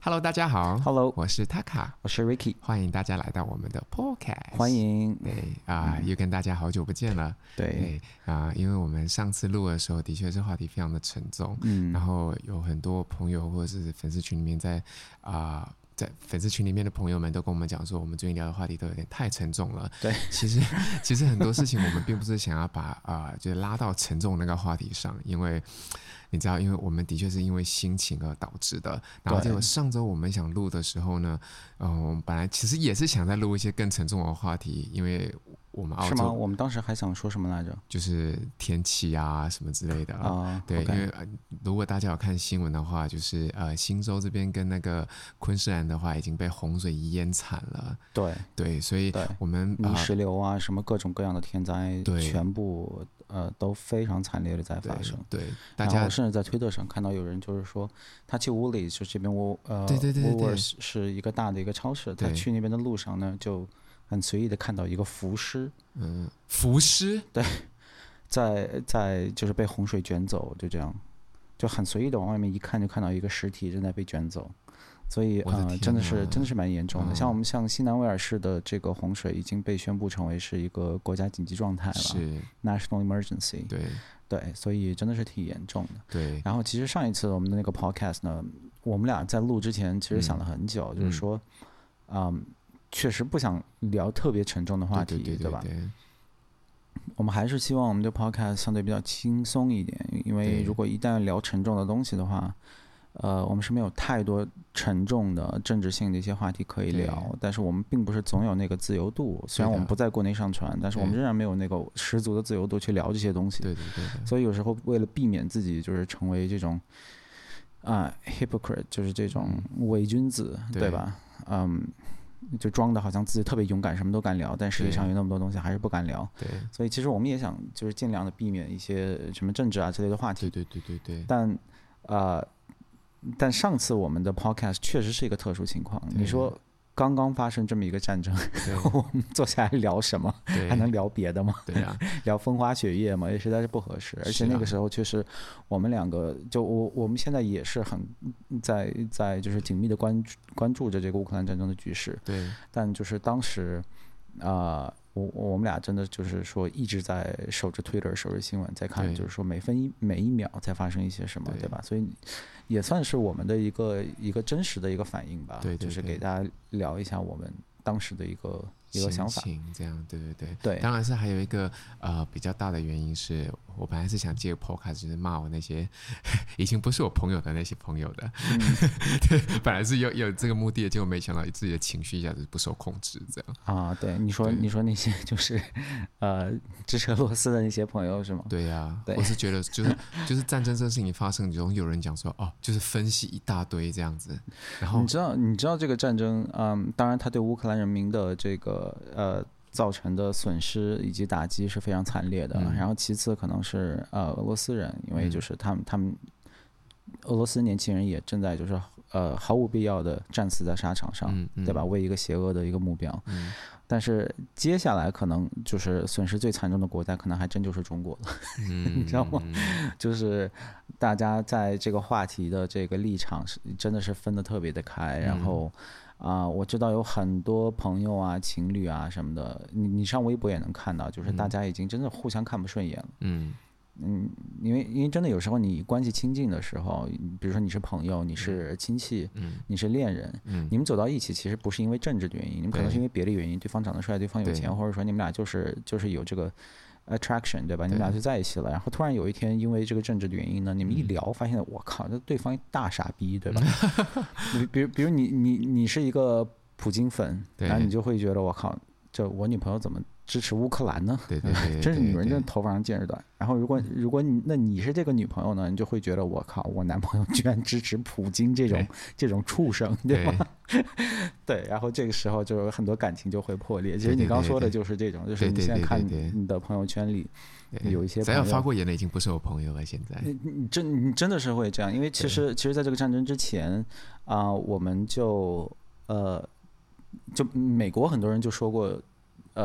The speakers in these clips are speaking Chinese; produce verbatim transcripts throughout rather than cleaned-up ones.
Hello， 大家好 Hello， 我是 Taka， 我是 Ricky， 欢迎大家来到我们的 Podcast。 欢迎。 对啊、呃嗯，又跟大家好久不见了。 对啊、呃，因为我们上次录的时候，的确是话题非常的沉重，嗯，然后有很多朋友或者是粉丝群里面在啊。呃在粉丝群里面的朋友们都跟我们讲说，我们最近聊的话题都有点太沉重了。 对， 其实其实很多事情我们并不是想要把啊、呃，就是拉到沉重那个话题上，因为你知道，因为我们的确是因为心情而导致的。然后结果上周我们想录的时候呢，嗯、呃，我们本来其实也是想再录一些更沉重的话题，因为我们澳洲是吗？我们当时还想说什么来着？ 就是天气啊什么之类的啊。 对， okay. 因为、呃、如果大家有看新闻的话，就是呃新州这边跟那个昆士兰的话已经被洪水淹惨了。 对对，所以我们泥石流啊、呃，什么各种各样的天灾，全部呃都非常惨烈的在发生。 对，对大家然后甚至在推特上看到有人就是说，他去 Woolies 就这边沃呃 Woolworths 是一个大的一个超市，他去那边的路上呢就很随意的看到一个浮尸。 嗯，浮尸？ 对，在在就是被洪水卷走，就这样，就很随意的往外面一看，就看到一个尸体正在被卷走。所以呃，真的是真的是蛮严重的。嗯、像我们像西南威尔士的这个洪水已经被宣布成为是一个国家紧急状态了， 是 National Emergency。 对对，所以真的是挺严重的。 对。 然后其实上一次我们的那个 podcast 呢，我们俩在录之前其实想了很久，嗯、就是说，嗯，确实不想聊特别沉重的话题， 对, 对, 对, 对, 对吧？我们还是希望我们的 podcast 相对比较轻松一点，因为如果一旦聊沉重的东西的话。呃，我们是没有太多沉重的政治性的一些话题可以聊，但是我们并不是总有那个自由度。虽然我们不在国内上传，但是我们仍然没有那个十足的自由度去聊这些东西。 对对对对。 所以有时候为了避免自己就是成为这种啊、呃、hypocrite， 就是这种伪君子，嗯、对吧？嗯，就装的好像自己特别勇敢，什么都敢聊，但实际上有那么多东西还是不敢聊。 对。 所以其实我们也想就是尽量的避免一些什么政治啊之类的话题。 对对对对对。 但呃。但上次我们的 podcast 确实是一个特殊情况。你说刚刚发生这么一个战争，我们坐下来聊什么？还能聊别的吗？ 对啊， 聊风花雪月嘛，也实在是不合适。而且那个时候确实，我们两个就我我们现在也是很在在就是紧密的关注关注着这个乌克兰战争的局势。 对。 但就是当时啊。呃我我们俩真的就是说一直在守着 Twitter 守着新闻在看，就是说每分一每一秒在发生一些什么， 对, 对吧？所以也算是我们的一个一个真实的一个反应吧。 对, 对, 对， 就是给大家聊一下我们当时的一个一个想法。 心情这样，对对对。 对， 当然是还有一个呃比较大的原因是我本来是想借 podcast 就是骂我那些已经不是我朋友的那些朋友的，嗯、对，本来是有有这个目的的，结果没想到自己的情绪一下子不受控制，这样啊。对，你说你说那些就是呃支持俄罗斯的那些朋友是吗？ 对呀、啊， 对， 我是觉得就是就是战争这事情发生，总有人讲说哦，就是分析一大堆这样子。然后你知道你知道这个战争，嗯，当然他对乌克兰人民的这个呃。造成的损失以及打击是非常惨烈的，嗯、然后其次可能是呃俄罗斯人，因为就是他们、嗯、他们俄罗斯年轻人也正在就是呃毫无必要的战死在沙场上， 嗯嗯、 对吧？为一个邪恶的一个目标。 嗯、 但是接下来可能就是损失最惨重的国家，可能还真就是中国了， 嗯、 你知道吗？就是大家在这个话题的这个立场是真的是分得特别的开，然后。啊、呃，我知道有很多朋友啊、情侣啊什么的，你你上微博也能看到，就是大家已经真的互相看不顺眼了。 嗯嗯，因为因为真的有时候你关系亲近的时候，比如说你是朋友，你是亲戚， 嗯、 你是恋人， 嗯、 你们走到一起其实不是因为政治的原因，你们可能是因为别的原因，对方长得帅，对方有钱，或者说你们俩就是就是有这个。attraction 对吧？你们俩就在一起了，然后突然有一天，因为这个政治的原因呢，你们一聊，发现我靠，这对方大傻逼，对吧？比比如比如你你你是一个普京粉，然后你就会觉得我靠，这我女朋友怎么支持乌克兰呢？ 对对 对, 对， 真是女人真的头发上见识短。然后如果如果你那你是这个女朋友呢，你就会觉得我靠，我男朋友居然支持普京这种这种畜生，对吧？对, 对，然后这个时候就有很多感情就会破裂。其实你刚说的就是这种，就是你现在看你的朋友圈里有一些朋友， 咱要发过言的已经不是我朋友了。现在你你真你真的是会这样，因为其实其实在这个战争之前啊、呃，我们就呃就美国很多人就说过呃。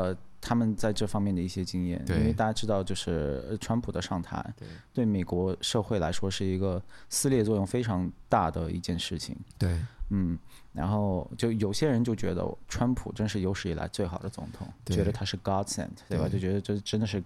他们在这方面的一些经验，因为大家知道，就是川普的上台，对，对美国社会来说是一个撕裂作用非常大的一件事情。 对， 嗯，然后就有些人就觉得川普真是有史以来最好的总统，觉得他是 God sent， 对吧？对，就觉得这真的是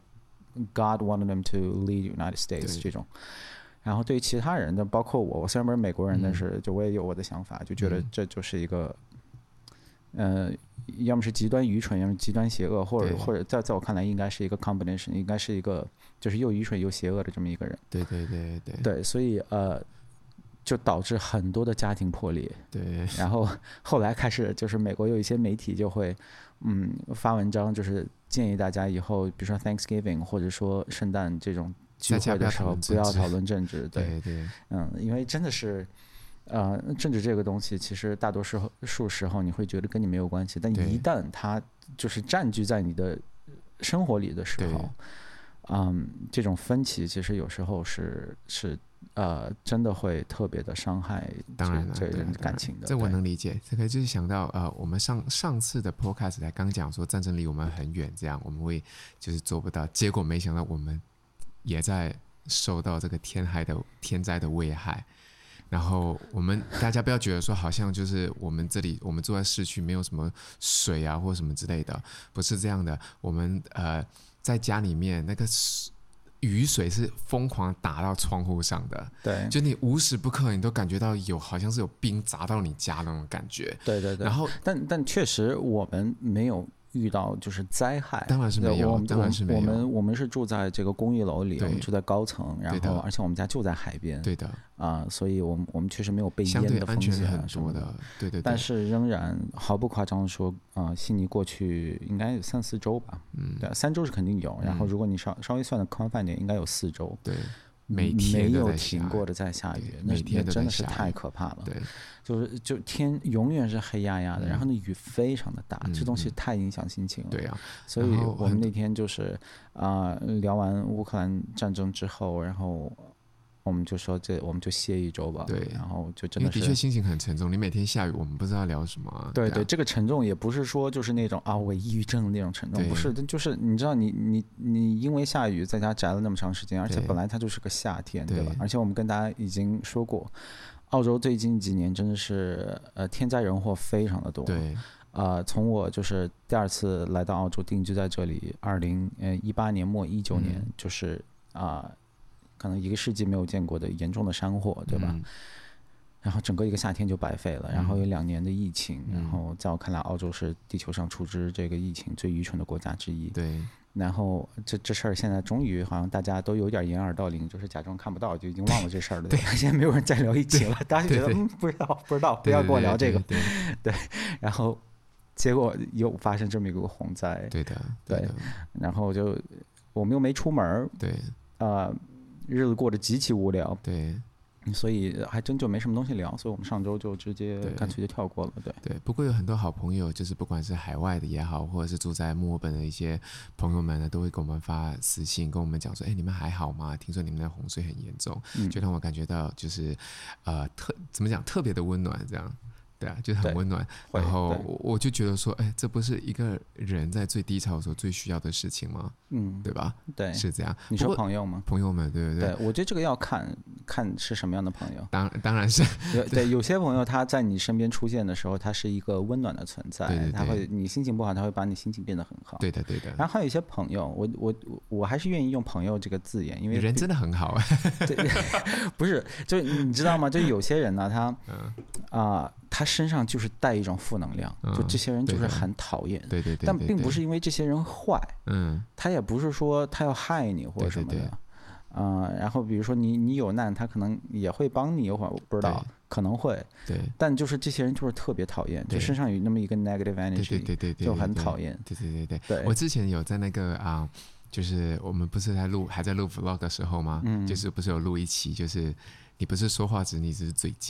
God wanted them to lead United States 这种。然后对于其他人的，包括我，我虽然不是美国人，嗯、但是就我也有我的想法，就觉得这就是一个。呃，要么是极端愚蠢，要么是极端邪恶，或者或者在在我看来，应该是一个 combination， 应该是一个就是又愚蠢又邪恶的这么一个人。 对对对对。 对，所以呃，就导致很多的家庭破裂。 对。 然后后来开始就是美国有一些媒体就会嗯发文章，就是建议大家以后，比如说 Thanksgiving 或者说圣诞这种聚会的时候，不要讨论政治。 对对。 嗯，因为真的是。呃，政治这个东西，其实大多数时候你会觉得跟你没有关系，但一旦它就是占据在你的生活里的时候，嗯，这种分歧其实有时候是是呃，真的会特别的伤害当然这人感情的。 这我能理解。这个就是想到呃，我们上上次的 podcast 才刚讲说战争离我们很远，这样我们会就是做不到，结果没想到我们也在受到这个天害的天灾的危害。然后我们大家不要觉得说好像就是我们这里我们住在市区没有什么水啊或什么之类的，不是这样的。我们呃在家里面那个雨水是疯狂打到窗户上的， 对， 就你无时不刻你都感觉到有好像是有冰砸到你家那种感觉。 对对对。 然后但但确实我们没有遇到就是灾害， 当然是没有，当然是没有。 我们我们是住在这个公寓楼里，我们住在高层，然后而且我们家就在海边， 对的啊、呃，所以我们我们确实没有被淹的风险很多的，对对对。 但是仍然毫不夸张的说，啊、呃，悉尼过去应该有三四周吧，嗯，对，三周是肯定有。然后如果你稍稍微算的宽泛点，应该有四周， 对。每天没有停过的在下雨，那那真的是太可怕了。 对， 就是就天永远是黑压压的，嗯、然后那雨非常的大，嗯、这东西太影响心情了。 对啊， 所以我们那天就是啊、呃，聊完乌克兰战争之后，然后我们就说这我们就歇一周吧。 对， 然后就真的是的确心情很沉重。你每天下雨，我们不知道聊什么、啊。 对对, 对，这个沉重也不是说就是那种啊我抑郁症那种沉重，不是，就是你知道你你你因为下雨在家宅了那么长时间，而且本来它就是个夏天， 对, 对吧？而且我们跟大家已经说过，澳洲最近几年真的是呃天灾人祸非常的多。 对。 呃，从我就是第二次来到澳洲定居在这里，二零呃一八年末一九年，嗯、就是啊、呃，可能一个世纪没有见过的严重的山火，对吧？嗯、然后整个一个夏天就白费了，然后有两年的疫情，嗯、然后在我看来，澳洲是地球上处置这个疫情最愚蠢的国家之一。 对。 然后这这事儿现在终于好像大家都有点掩耳盗铃，就是假装看不到，就已经忘了这事儿了。对，现在没有人再聊疫情了，大家就觉得嗯不知道不知道，不要跟我聊这个。 对, 对, 对, 对，然后结果又发生这么一个洪灾。 对的， 对的。然后就我们又没出门， 对， 呃，日子过得极其无聊。 对。 所以还真就没什么东西聊，所以我们上周就直接干脆就跳过了。对对，不过有很多好朋友，就是不管是海外的也好，或者是住在墨尔本的一些朋友们呢，都会给我们发私信，跟我们讲说：“哎，你们还好吗？听说你们的洪水很严重。嗯”就让我感觉到就是呃特怎么讲特别的温暖这样。对啊，就是很温暖。然后我就觉得说，哎，这不是一个人在最低潮的时候最需要的事情吗？嗯，对吧？ 对， 是这样。 你说朋友吗？ 朋友们，对不对？ 对，我觉得这个要看看是什么样的朋友。 当当然是有对有些朋友他在你身边出现的时候，他是一个温暖的存在， 对对对， 他会你心情不好，他会把你心情变得很好。 对的，对的。 然后还有一些朋友，我我我还是愿意用朋友这个字眼，因为人真的很好。 对，不是，就你知道吗？就有些人呢，他啊。 嗯呃他身上就是带一种负能量， 嗯、 就这些人就是很讨厌， 对对对， 但并不是因为这些人坏， 嗯， 他也不是说他要害你或者什么的， 对对对， 呃，然后比如说你你有难，他可能也会帮你，有会儿我不知道，可能会， 对， 但就是这些人就是特别讨厌，就身上有那么一个 negative energy， 对对对对， 就很讨厌， 对对对对对。 我之前有在那个啊、呃，就是我们不是在录还在录 vlog 的时候吗？嗯，就是不是有录一期，就是你不是说话只你只是嘴贱。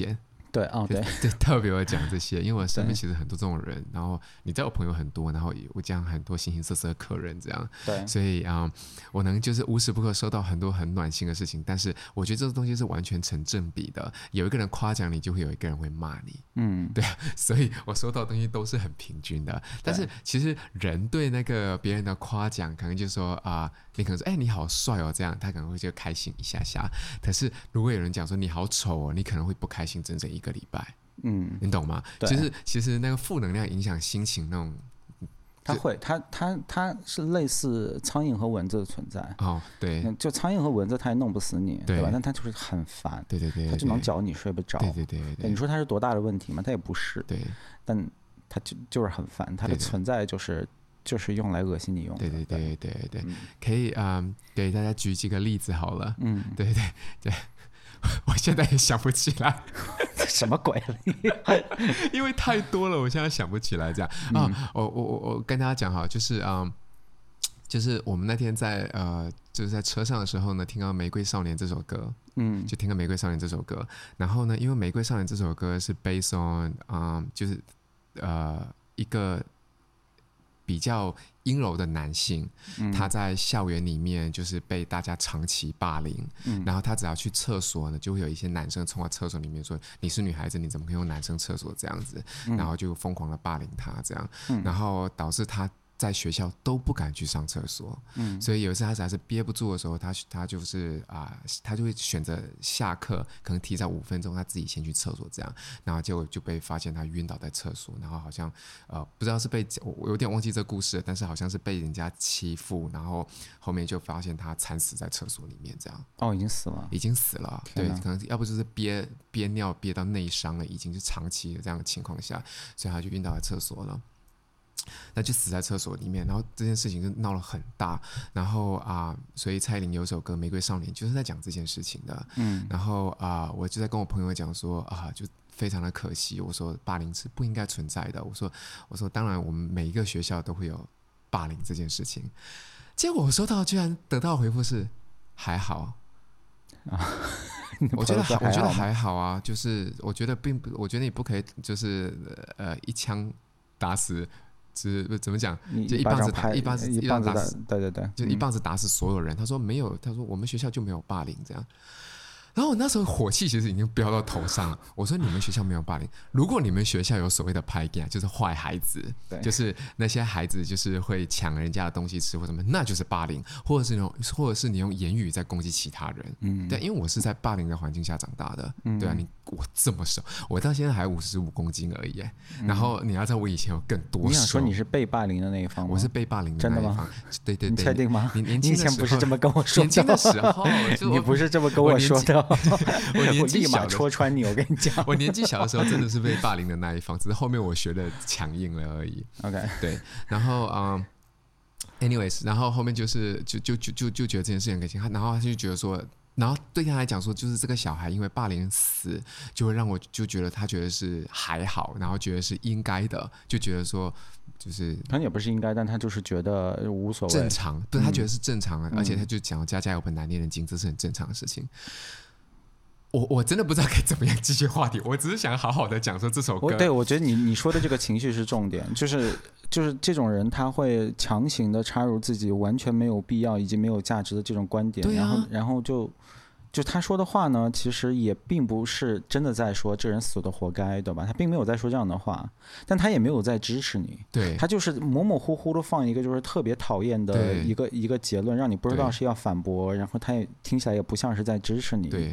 对哦对对，特别会讲这些，因为我身边其实很多这种人，然后你知道我朋友很多，然后我讲很多形形色色的客人这样， 对， 所以啊、嗯，我能就是无时不刻收到很多很暖心的事情，但是我觉得这个东西是完全成正比的，有一个人夸奖你，就会有一个人会骂你， 嗯， 对啊，所以我收到的东西都是很平均的，但是其实人对那个别人的夸奖，可能就说啊、呃，你可能说哎你好帅哦这样，他可能会就开心一下下，可是如果有人讲说你好丑哦，你可能会不开心整整一个礼拜。 嗯， 你懂吗？就是其实那个负能量影响心情那种， 它会，它它它是类似苍蝇和蚊子的存在。 哦，对， 就苍蝇和蚊子它也弄不死你， 对, 对吧？但它就是很烦， 对对 对, 对， 它就能搅你睡不着。 对对 对, 对, 对， 你说它是多大的问题吗？它也不是。 对， 但它就就是很烦，它的存在就是就是用来恶心你用的。 对对对对对对， 嗯、 可以啊、嗯，给大家举几个例子好了。 嗯， 对对对。我现在也想不起来什么鬼因为太多了，我现在想不起来这样、嗯、啊。我我我我跟大家讲哈，就是嗯，就是我们那天在呃，就是在车上的时候呢，听到《玫瑰少年》这首歌， 嗯， 就听到《玫瑰少年》这首歌，然后呢，因为《玫瑰少年》这首歌是 based on 嗯，就是呃一个比较阴柔的男性、嗯、他在校园里面就是被大家长期霸凌、嗯、然后他只要去厕所呢，就会有一些男生冲到厕所里面说你是女孩子你怎么可以用男生厕所这样子、嗯、然后就疯狂的霸凌他这样、嗯、然后导致他在学校都不敢去上厕所、嗯、所以有一次他实在是憋不住的时候，他他就是啊、呃，他就会选择下课可能提早五分钟，他自己先去厕所这样，然后结果就被发现他晕倒在厕所，然后好像呃不知道是被我有点忘记这故事了，但是好像是被人家欺负，然后后面就发现他惨死在厕所里面这样。 哦，已经死了， 已经死了，对，可能要不就是憋憋尿憋到内伤了，已经是长期的这样的情况下，所以他就晕倒在厕所了。那就死在厕所里面，然后这件事情就闹了很大，然后啊，所以蔡依林有首歌《玫瑰少年》就是在讲这件事情的，嗯，然后啊，我就在跟我朋友讲说啊，就非常的可惜，我说霸凌是不应该存在的，我说我说当然我们每一个学校都会有霸凌这件事情，结果我收到居然得到的回复是还好啊。我觉得还我觉得还好啊，就是我觉得并不，我觉得你不可以就是呃一枪打死。是怎么讲？就一棒子打一棒子一棒子打死，对对对， 就一棒子打死所有人。嗯、他说没有，他说我们学校就没有霸凌这样。然后我那时候火气其实已经飙到头上了。我说你们学校没有霸凌，如果你们学校有所谓的派系，就是坏孩子，就是那些孩子就是会抢人家的东西吃或什么，那就是霸凌，或者是你用或者是你用言语在攻击其他人。嗯，对，因为我是在霸凌的环境下长大的。嗯、对啊，你我这么瘦，我到现在还五十五公斤而已。嗯、然后你要知道我以前有更多瘦。 你想说你是被霸凌的那一方吗？ 我是被霸凌的那一方。真的吗？对对对， 你确定吗？ 你年轻的时候你以前不是这么跟我说的？ 年轻的时候， 你不是这么跟我说的。 我年纪小的，我立马戳穿你！我跟你讲， 我年纪小的时候真的是被霸凌的那一方，只是后面我学的强硬了而已。 OK， 对，然后嗯 ，anyways， 然后后面就是就就就就就觉得这件事情很开心，然后他就觉得说，然后对他来讲说，就是这个小孩因为霸凌死，就会让我就觉得他觉得是还好，然后觉得是应该的，就觉得说。就是他也不是应该，但他就是觉得无所谓， 正常，不是他觉得是正常的，嗯、而且他就讲家家有本难念的经，这是很正常的事情。我我真的不知道该怎么样继续话题，我只是想好好的讲说这首歌。 我对我觉得你你说的这个情绪是重点，就是就是这种人他会强行的插入自己完全没有必要以及没有价值的这种观点， 对啊、 然后然后就。就他说的话呢，其实也并不是真的在说这人死的活该，对吧？他并没有在说这样的话，但他也没有在支持你， 对， 他就是模模糊糊的放一个就是特别讨厌的一个一个结论，让你不知道是要反驳，然后他也听起来也不像是在支持你， 对。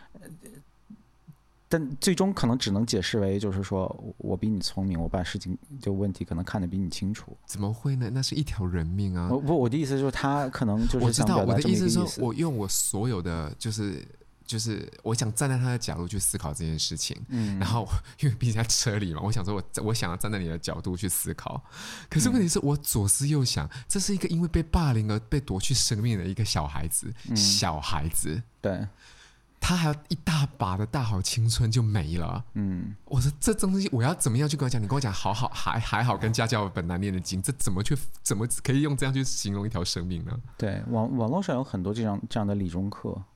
但最终可能只能解释为，就是说我比你聪明，我把事情就问题可能看得比你清楚。 怎么会呢？那是一条人命啊！ 我不，我的意思就是他可能就是想表达这么一个意思。 我知道，我的意思是说，我用我所有的就是就是我想站在他的角度去思考这件事情。嗯。然后因为毕竟在车里嘛，我想说我我想要站在你的角度去思考。可是问题是我左思右想，这是一个因为被霸凌而被夺去生命的一个小孩子，嗯、小孩子。 对。 他还有一大把的大好青春就没了，嗯，我说这东西我要怎么样去跟我讲？你跟我讲好好还还好，跟家教本难念的经，这怎么去怎么可以用这样去形容一条生命呢？ 对，网网络上有很多这样这样的理中客，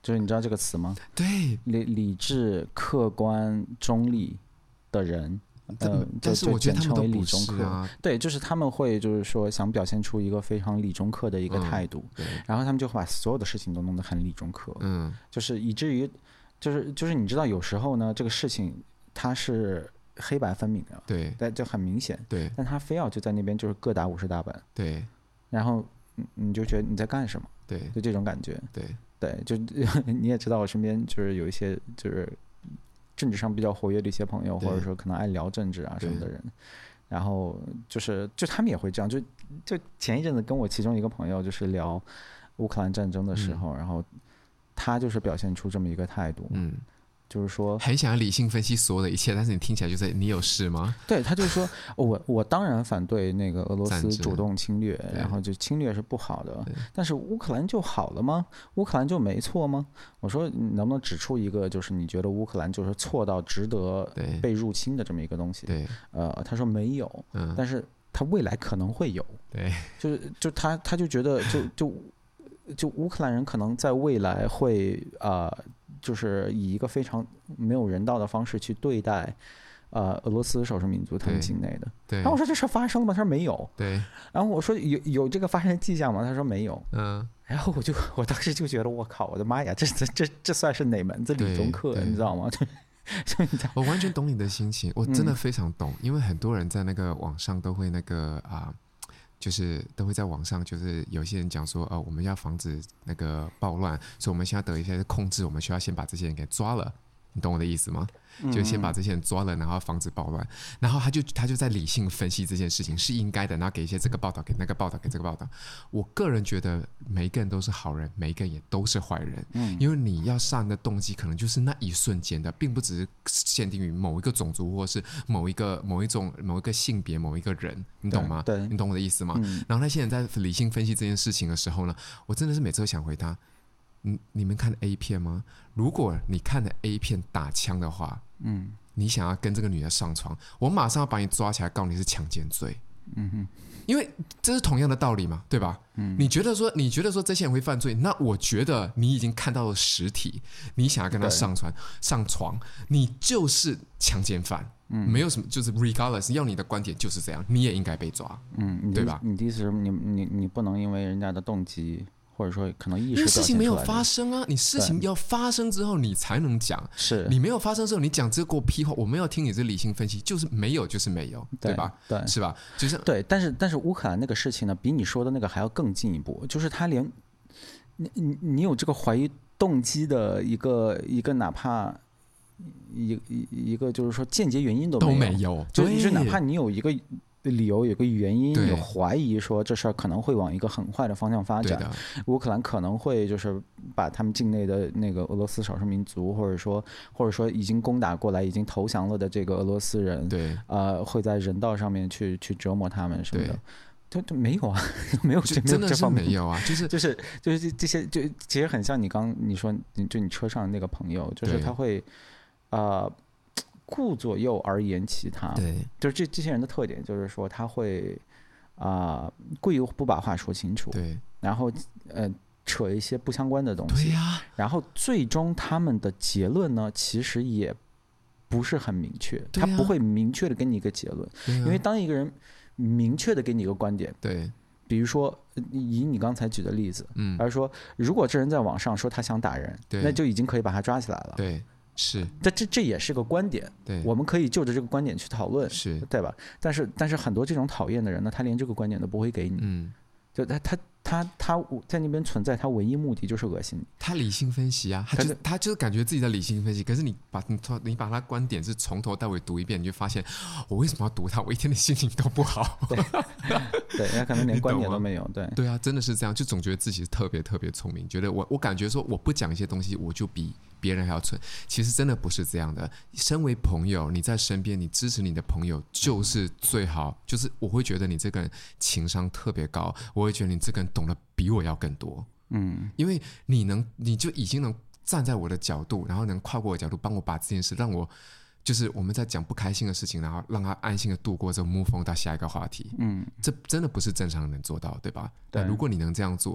就是你知道这个词吗？ 对， 理理智、客观、中立的人。呃， 但是我觉得他们都不是啊。 对，就是他们会就是说想表现出一个非常理中客的一个态度， 嗯、 然后他们就会把所有的事情都弄得很理中客， 嗯， 就是以至于，就是就是你知道有时候呢，这个事情它是黑白分明的， 对， 但就很明显， 对， 但他非要就在那边就是各打五十大板， 对， 然后你就觉得你在干什么， 对， 就这种感觉， 对， 对，就你也知道我身边就是有一些就是政治上比较活跃的一些朋友，或者说可能爱聊政治啊什么的人，然后就是就他们也会这样，就就前一阵子跟我其中一个朋友就是聊乌克兰战争的时候，嗯、然后他就是表现出这么一个态度， 嗯。 就是说很想要理性分析所有的一切，但是你听起来就是你有事吗？ 对，他就说、哦、我我当然反对那个俄罗斯主动侵略，然后就侵略是不好的，但是乌克兰就好了吗？乌克兰就没错吗？我说你能不能指出一个就是你觉得乌克兰就是错到值得被入侵的这么一个东西？ 对， 呃，他说没有， 嗯、 但是他未来可能会有。 对， 就是就他他就觉得就就就乌克兰人可能在未来会啊。呃就是以一个非常没有人道的方式去对待，呃，俄罗斯少数民族他们境内的。 对。 然后我说这事发生了吗？他说没有。 对。 然后我说有有这个发生的迹象吗？他说没有。 嗯。 然后我就我当时就觉得我靠，我的妈呀，这这这这算是哪门子理中客？你知道吗？ 我完全懂你的心情，我真的非常懂，嗯、因为很多人在那个网上都会那个啊。就是都会在网上，就是有些人讲说，呃，我们要防止那个暴乱，所以我们现在得一些控制，我们需要先把这些人给抓了，你懂我的意思吗？就先把这些人抓了，然后防止暴乱，然后他就他就在理性分析这件事情是应该的，然后给一些这个报道，给那个报道，给这个报道。我个人觉得每一个人都是好人，每一个人也都是坏人，嗯，因为你要杀人的动机可能就是那一瞬间的，并不只是限定于某一个种族或是某一个某一种某一个性别某一个人，你懂吗？ 对， 你懂我的意思吗？ 嗯、 然后那些人在理性分析这件事情的时候呢，我真的是每次都想回他。你你们看 A 片吗？如果你看的 A 片打枪的话， 嗯， 你想要跟这个女的上床，我马上要把你抓起来告你是强奸罪， 嗯哼， 因为这是同样的道理嘛，对吧？嗯，你觉得说你觉得说这些人会犯罪，那我觉得你已经看到了实体，你想要跟他上床上床，你就是强奸犯。嗯，没有什么，就是 regardless， 要你的观点就是这样，你也应该被抓， 嗯， 对吧？ 你的意思是你你你不能因为人家的动机。或者说可能意识， 因为事情没有发生啊，你事情要发生之后你才能讲。 是你没有发生之后，你讲这个给我屁话，我们要听你这理性分析，就是没有就是没有， 对, 对吧？ 对， 是吧？就是对，但是但是乌克兰那个事情呢，比你说的那个还要更进一步，就是他连你你你有这个怀疑动机的一个一个哪怕一一一个就是说间接原因都没有， 都没有， 就是哪怕你有一个。理由有个原因，有怀疑说这事儿可能会往一个很坏的方向发展，乌克兰可能会就是把他们境内的那个俄罗斯少数民族，或者说或者说已经攻打过来、已经投降了的这个俄罗斯人， 对， 呃，会在人道上面去去折磨他们什么的。他他没有啊，没有， 真的是没有啊，就是就是就是这些，就其实很像你刚你说，就你车上的那个朋友，就是他会，呃。顾左右而言其他， 对， 就是这这些人的特点，就是说他会啊、呃、故意不把话说清楚， 对， 然后呃扯一些不相关的东西， 对呀、啊， 然后最终他们的结论呢，其实也不是很明确，他不会明确的给你一个结论， 啊、 因为当一个人明确的给你一个观点， 对， 比如说以你刚才举的例子， 嗯， 而说如果这人在网上说他想打人，那就已经可以把他抓起来了， 对。是， 这这这也是个观点， 对， 我们可以就着这个观点去讨论， 是， 对吧？但是但是很多这种讨厌的人呢，他连这个观点都不会给你， 嗯， 就他他他他在那边存在，他唯一目的就是恶心你。 他理性分析啊，他就他就是感觉自己的理性分析，可是你把你你把他观点是从头到尾读一遍，你就发现我为什么要读他？我一天的心情都不好。 对，对，他可能连观点都没有。对， 对啊，真的是这样，就总觉得自己特别特别聪明，觉得我我感觉说我不讲一些东西，我就比别人还要蠢。其实真的不是这样的。身为朋友，你在身边，你支持你的朋友就是最好。就是我会觉得你这个人情商特别高，我会觉得你这个人懂得比我要更多。 嗯， 因为你能，你就已经能站在我的角度，然后能跨过我的角度，帮我把这件事让我。就是我们在讲不开心的事情，然后让他安心的度过这 move on 到下一个话题。 嗯， 这真的不是正常人能做到，对吧？ 对， 如果你能这样做，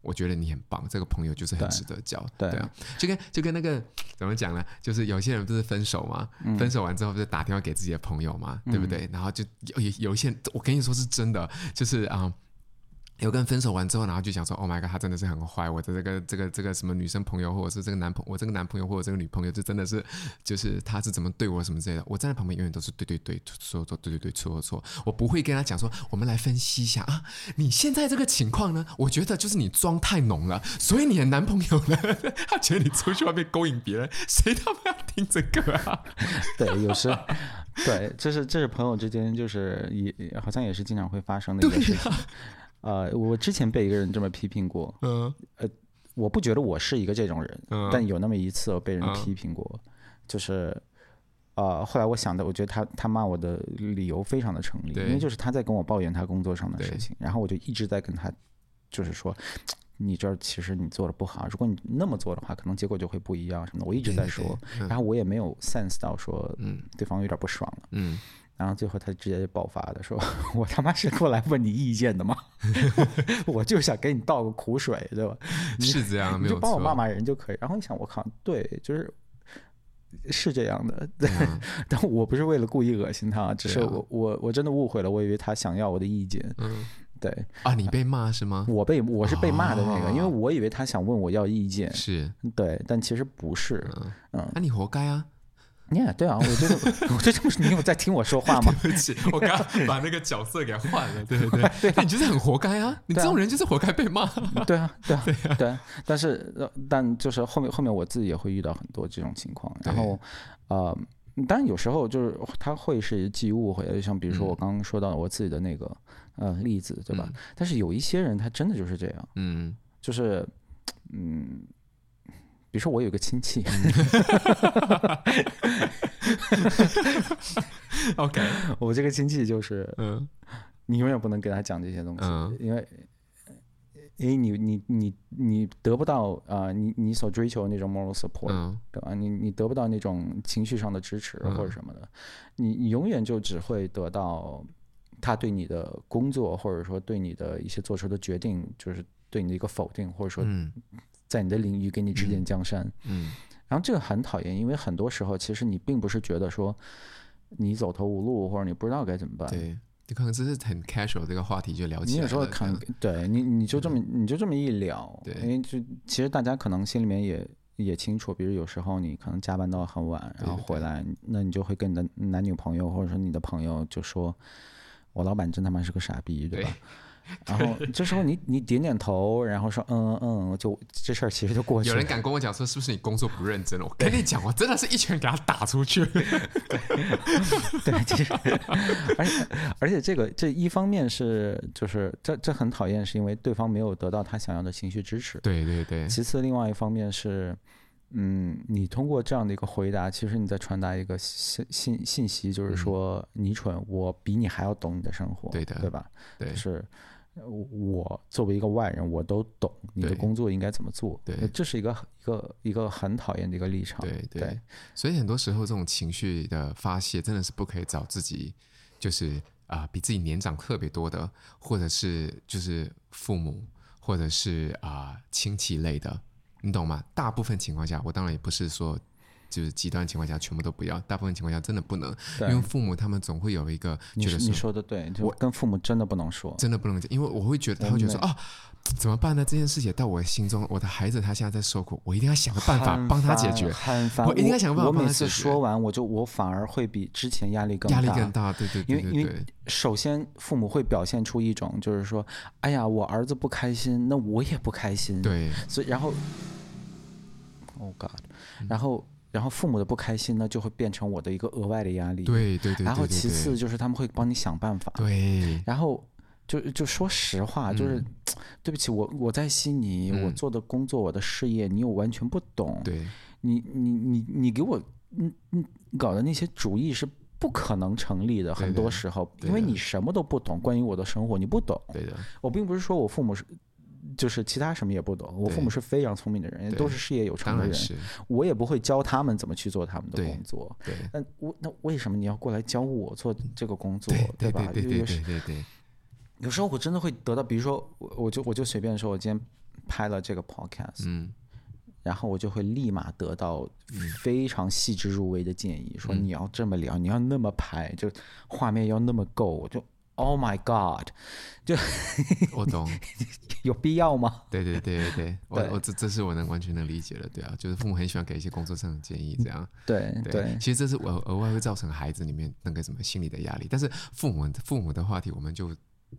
我觉得你很棒，这个朋友就是很值得交。 对， 对啊，就跟就跟那个怎么讲呢？就是有些人不是分手嘛，嗯、分手完之后不是打电话给自己的朋友嘛，嗯、对不对？然后就有有一些，我跟你说是真的，就是啊。嗯有个人分手完之后，然后就想说 ，Oh my god， 他真的是很坏。我的这个这个这个什么女生朋友，或者是这个男朋友，我这个男朋友或者这个女朋友，就真的是，就是他是怎么对我什么之类的。我站在旁边永远都是对对对，错错对对对，错错错。我不会跟他讲说，我们来分析一下啊，你现在这个情况呢，我觉得就是你妆太浓了，所以你的男朋友呢，他觉得你出去外面勾引别人，谁他妈要听这个啊？ 对，有时。对，这是这是朋友之间，就是也好像也是经常会发生的一个事情。呃，我之前被一个人这么批评过，嗯，呃，我不觉得我是一个这种人，嗯、但有那么一次我被人批评过，嗯、就是，呃，后来我想的，我觉得他他骂我的理由非常的成立，因为就是他在跟我抱怨他工作上的事情，然后我就一直在跟他，就是说，你这其实你做的不好，如果你那么做的话，可能结果就会不一样什么的，我一直在说，对对对嗯、然后我也没有 sense 到说，嗯，对方有点不爽了，嗯。然后最后他直接爆发的说：“我他妈是过来问你意见的吗？我就想给你倒个苦水，对吧？ 是这样， 你就帮我骂骂人就可以。”然后一想，我靠，对，就是是这样的。对，嗯、但我不是为了故意恶心他，只是我、啊、我我真的误会了，我以为他想要我的意见。嗯，对啊，你被骂是吗？ 我被我是被骂的那个，哦、因为我以为他想问我要意见， 是对，但其实不是。嗯， 那、嗯啊、你活该啊。 Yeah, 对啊，我觉得，我就这么，你有在听我说话吗？ 对不起，我刚刚把那个角色给换了，对对对，对啊、你就是很活该啊，你这种人就是活该被骂。 对啊，对啊，对啊，对啊。但是，但就是后面后面我自己也会遇到很多这种情况，然后，呃，当然有时候就是他会是基于误会，像比如说我刚刚说到我自己的那个呃例子，对吧？嗯、但是有一些人他真的就是这样，嗯，就是嗯。比如说我有个亲戚 ，OK， 我这个亲戚就是，嗯，你永远不能跟他讲这些东西，嗯、因为，因为你你你你得不到啊、呃，你你所追求的那种 moral support，、嗯、对吧？你你得不到那种情绪上的支持或者什么的，嗯、你你永远就只会得到他对你的工作或者说对你的一些做出的决定，就是对你的一个否定，或者说。嗯在你的领域给你指点江山，嗯，嗯然后这个很讨厌，因为很多时候其实你并不是觉得说你走投无路或者你不知道该怎么办， 对，你可能只是很 casual 这个话题就聊起来了， 你有时候看，对你你就这么、嗯、你就这么一聊， 对， 因为就其实大家可能心里面也也清楚，比如有时候你可能加班到很晚，然后回来，对对对那你就会跟你的男女朋友或者说你的朋友就说，我老板真他妈是个傻逼，对吧？对然后这时候你你点点头，然后说嗯嗯，就这事儿其实就过去了。 有人敢跟我讲说是不是你工作不认真了？我跟你讲，我真的是一拳给他打出去。对， 对，其实而且而且这个这一方面是就是这这很讨厌，是因为对方没有得到他想要的情绪支持。 对对对。 其次，另外一方面是，嗯，你通过这样的一个回答，其实你在传达一个信信信息，就是说、嗯、你蠢，我比你还要懂你的生活， 对的， 对吧？ 对， 是。我作为一个外人，我都懂你的工作应该怎么做。 对， 这是一个一个一个很讨厌的一个立场。 对对, 对，所以很多时候这种情绪的发泄，真的是不可以找自己，就是啊、呃、比自己年长特别多的，或者是就是父母，或者是啊、呃、亲戚类的，你懂吗？大部分情况下，我当然也不是说。就是极端情况下全部都不要，大部分情况下真的不能，因为父母他们总会有一个觉得说， 你说的对，就跟父母真的不能说， 真的不能讲，因为我会觉得他会觉得说啊，怎么办呢？这件事情到我心中，我的孩子他现在在受苦，我一定要想个办法帮他解决， 很烦， 我一定要想个办法帮他解决。 我每次说完，我就我反而会比之前压力更大，压力更大，对对对对对， 因为因为首先父母会表现出一种就是说，哎呀，我儿子不开心，那我也不开心， 对， 所以然后 ，Oh God， 然后。然后父母的不开心呢，就会变成我的一个额外的压力。 对对 对, 对, 对。 然后其次就是他们会帮你想办法。 对。 然后就就说实话，就是、嗯、对不起，我我在悉尼、嗯，我做的工作，我的事业，你又完全不懂。 对。 你你你你给我嗯嗯搞的那些主意是不可能成立的，很多时候，因为你什么都不懂，关于我的生活你不懂。 对的。 我并不是说我父母是。就是其他什么也不懂，我父母是非常聪明的人，都是事业有成的人，我也不会教他们怎么去做他们的工作。 对， 那我那为什么你要过来教我做这个工作， 对, 对吧？ 对对对对对对。 有时候我真的会得到，比如说我就我就随便说，我今天拍了这个 podcast， 嗯， 然后我就会立马得到非常细致入微的建议，嗯、说你要这么聊，你要那么拍，就画面要那么够，我就 Oh my God， 就我懂， 有必要吗？ 对对对对对，我我这这是我能完全能理解的，对啊，就是父母很喜欢给一些工作上的建议，这样， 对对, 对， 其实这是额额外会造成孩子里面那个什么心理的压力，但是父母父母的话题我们就。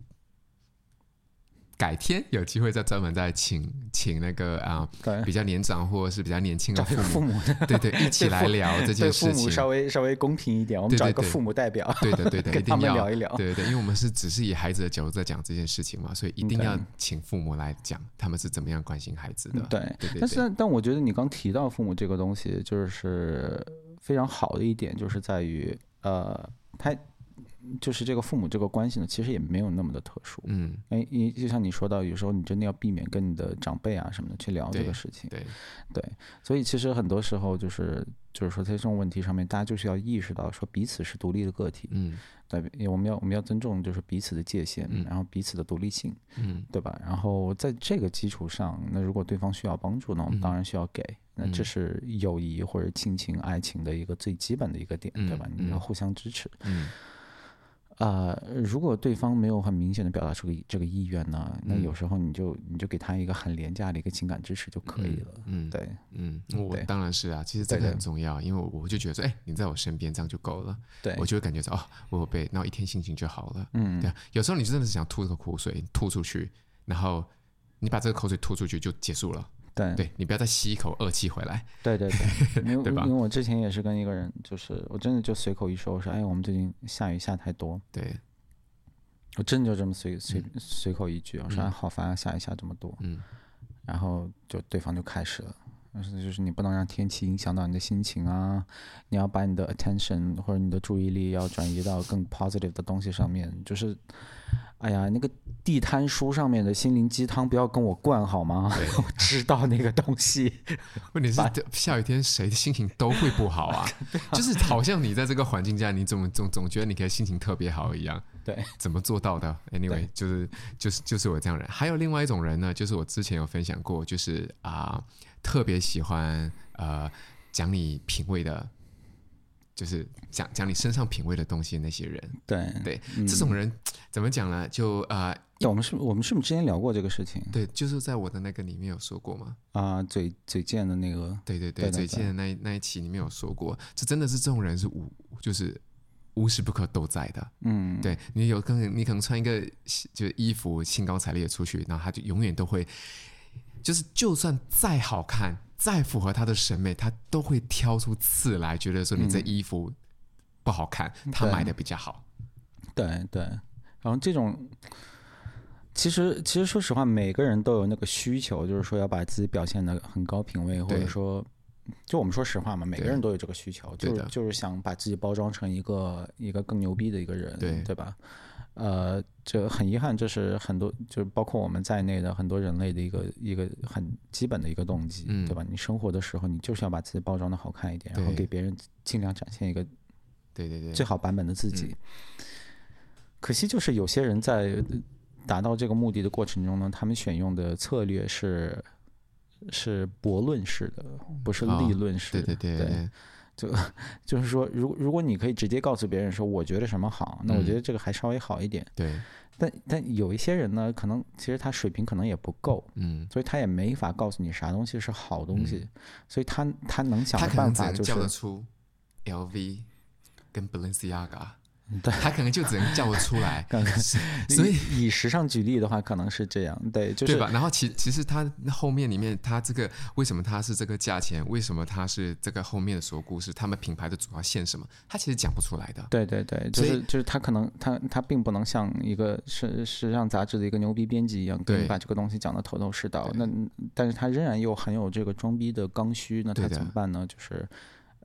改天有机会再专门再请请那个啊、呃、比较年长或者是比较年轻的父母， 父母对对一起来聊这件事情， 对父母稍微稍微公平一点，我们找一个父母代表， 对的对的， 跟他们聊一聊， 对对对，因为我们是只是以孩子的角度在讲这件事情嘛，所以一定要请父母来讲他们是怎么样关心孩子的。 对， 对对对， 但是但我觉得你刚提到父母这个东西，就是非常好的一点，就是在于呃，他。就是这个父母这个关系呢，其实也没有那么的特殊。 嗯， 哎，就像你说到，有时候你真的要避免跟你的长辈啊什么的去聊这个事情。 对， 对，对，所以其实很多时候就是就是说在这种问题上面，大家就是要意识到说彼此是独立的个体。 嗯， 对，我们要我们要尊重就是彼此的界限， 嗯、 然后彼此的独立性， 嗯， 对吧？然后在这个基础上，那如果对方需要帮助呢，我们当然需要给。那这是友谊或者亲情、爱情的一个最基本的一个点， 嗯、 对吧？你要互相支持。 嗯。 呃，如果对方没有很明显的表达出这个意愿呢，那有时候你就你就给他一个很廉价的一个情感支持就可以了。 嗯， 对， 嗯，我当然是啊，其实这个很重要，因为我就觉得说，哎，你在我身边这样就够了， 对， 我就会感觉到哦，我有被，然后一天心情就好了。 嗯， 对，有时候你真的是想吐个苦水，吐出去，然后你把这个口水吐出去就结束了。 对， 对，你不要再吸一口恶气回来。 对对对，因为对吧？ 因为我之前也是跟一个人，就是我真的就随口一说，我说，哎，我们最近下雨下太多。 对。 我真的就这么随随随口一句，我说、嗯、好烦啊，下一下这么多， 嗯， 然后就对方就开始了，就是你不能让天气影响到你的心情啊，你要把你的 attention 或者你的注意力要转移到更 positive 的东西上面，就是哎呀，那个地摊书上面的心灵鸡汤不要跟我灌好吗？我知道那个东西。 问题是下雨天谁的心情都会不好啊，就是好像你在这个环境下，你总总总觉得你可以心情特别好一样。 对， 怎么做到的 ？Anyway， 就是就是就是我这样人。还有另外一种人呢，就是我之前有分享过，就是啊、呃，特别喜欢呃讲你品味的。就是讲讲你身上品味的东西的那些人， 对对、 嗯， 这种人怎么讲呢？就呃， 我们是我们是不是之前聊过这个事情？ 对，就是在我的那个里面有说过嘛。 啊、呃，嘴嘴贱的那个， 对对对，嘴贱的那那一期里面有说过，这真的是这种人是无就是无时不刻都在的。 嗯， 对你有可能你可能穿一个就是衣服兴高采烈的出去，然后他就永远都会，就是就算再好看。再符合他的审美，他都会挑出刺来，觉得说你这衣服不好看，嗯、他买的比较好。 对对，然后这种其实其实说实话，每个人都有那个需求，就是说要把自己表现得很高品位，或者说，就我们说实话嘛，每个人都有这个需求，就是就是想把自己包装成一个一个更牛逼的一个人， 对对吧？呃，这很遗憾，这是很多，就是包括我们在内的很多人类的一个一个很基本的一个动机， 嗯、 对吧？你生活的时候，你就是要把自己包装的好看一点，然后给别人尽量展现一个对对对最好版本的自己。 嗯、 可惜就是有些人在达到这个目的的过程中呢，他们选用的策略是是驳论式的，不是立论式的。 哦、对对对。 对就就是说，如如果你可以直接告诉别人说我觉得什么好，那我觉得这个还稍微好一点。 嗯、对， 但但有一些人呢，可能其实他水平可能也不够， 嗯， 所以他也没法告诉你啥东西是好东西， 嗯、 所以他他能想的办法就是他可能只能叫得出 L V 跟 Balenciaga。 对， 他可能就只能叫得出来， 所以以时尚举例的话，可能是这样，对，就是对吧？然后其其实他后面里面，他这个为什么他是这个价钱？为什么他是这个后面的所有故事？他们品牌的主要线什么？他其实讲不出来的。 对对对，就是就是他可能他他并不能像一个时时尚杂志的一个牛逼编辑一样，给你把这个东西讲得头头是道。那但是他仍然又很有这个装逼的刚需，那他怎么办呢？就是呃。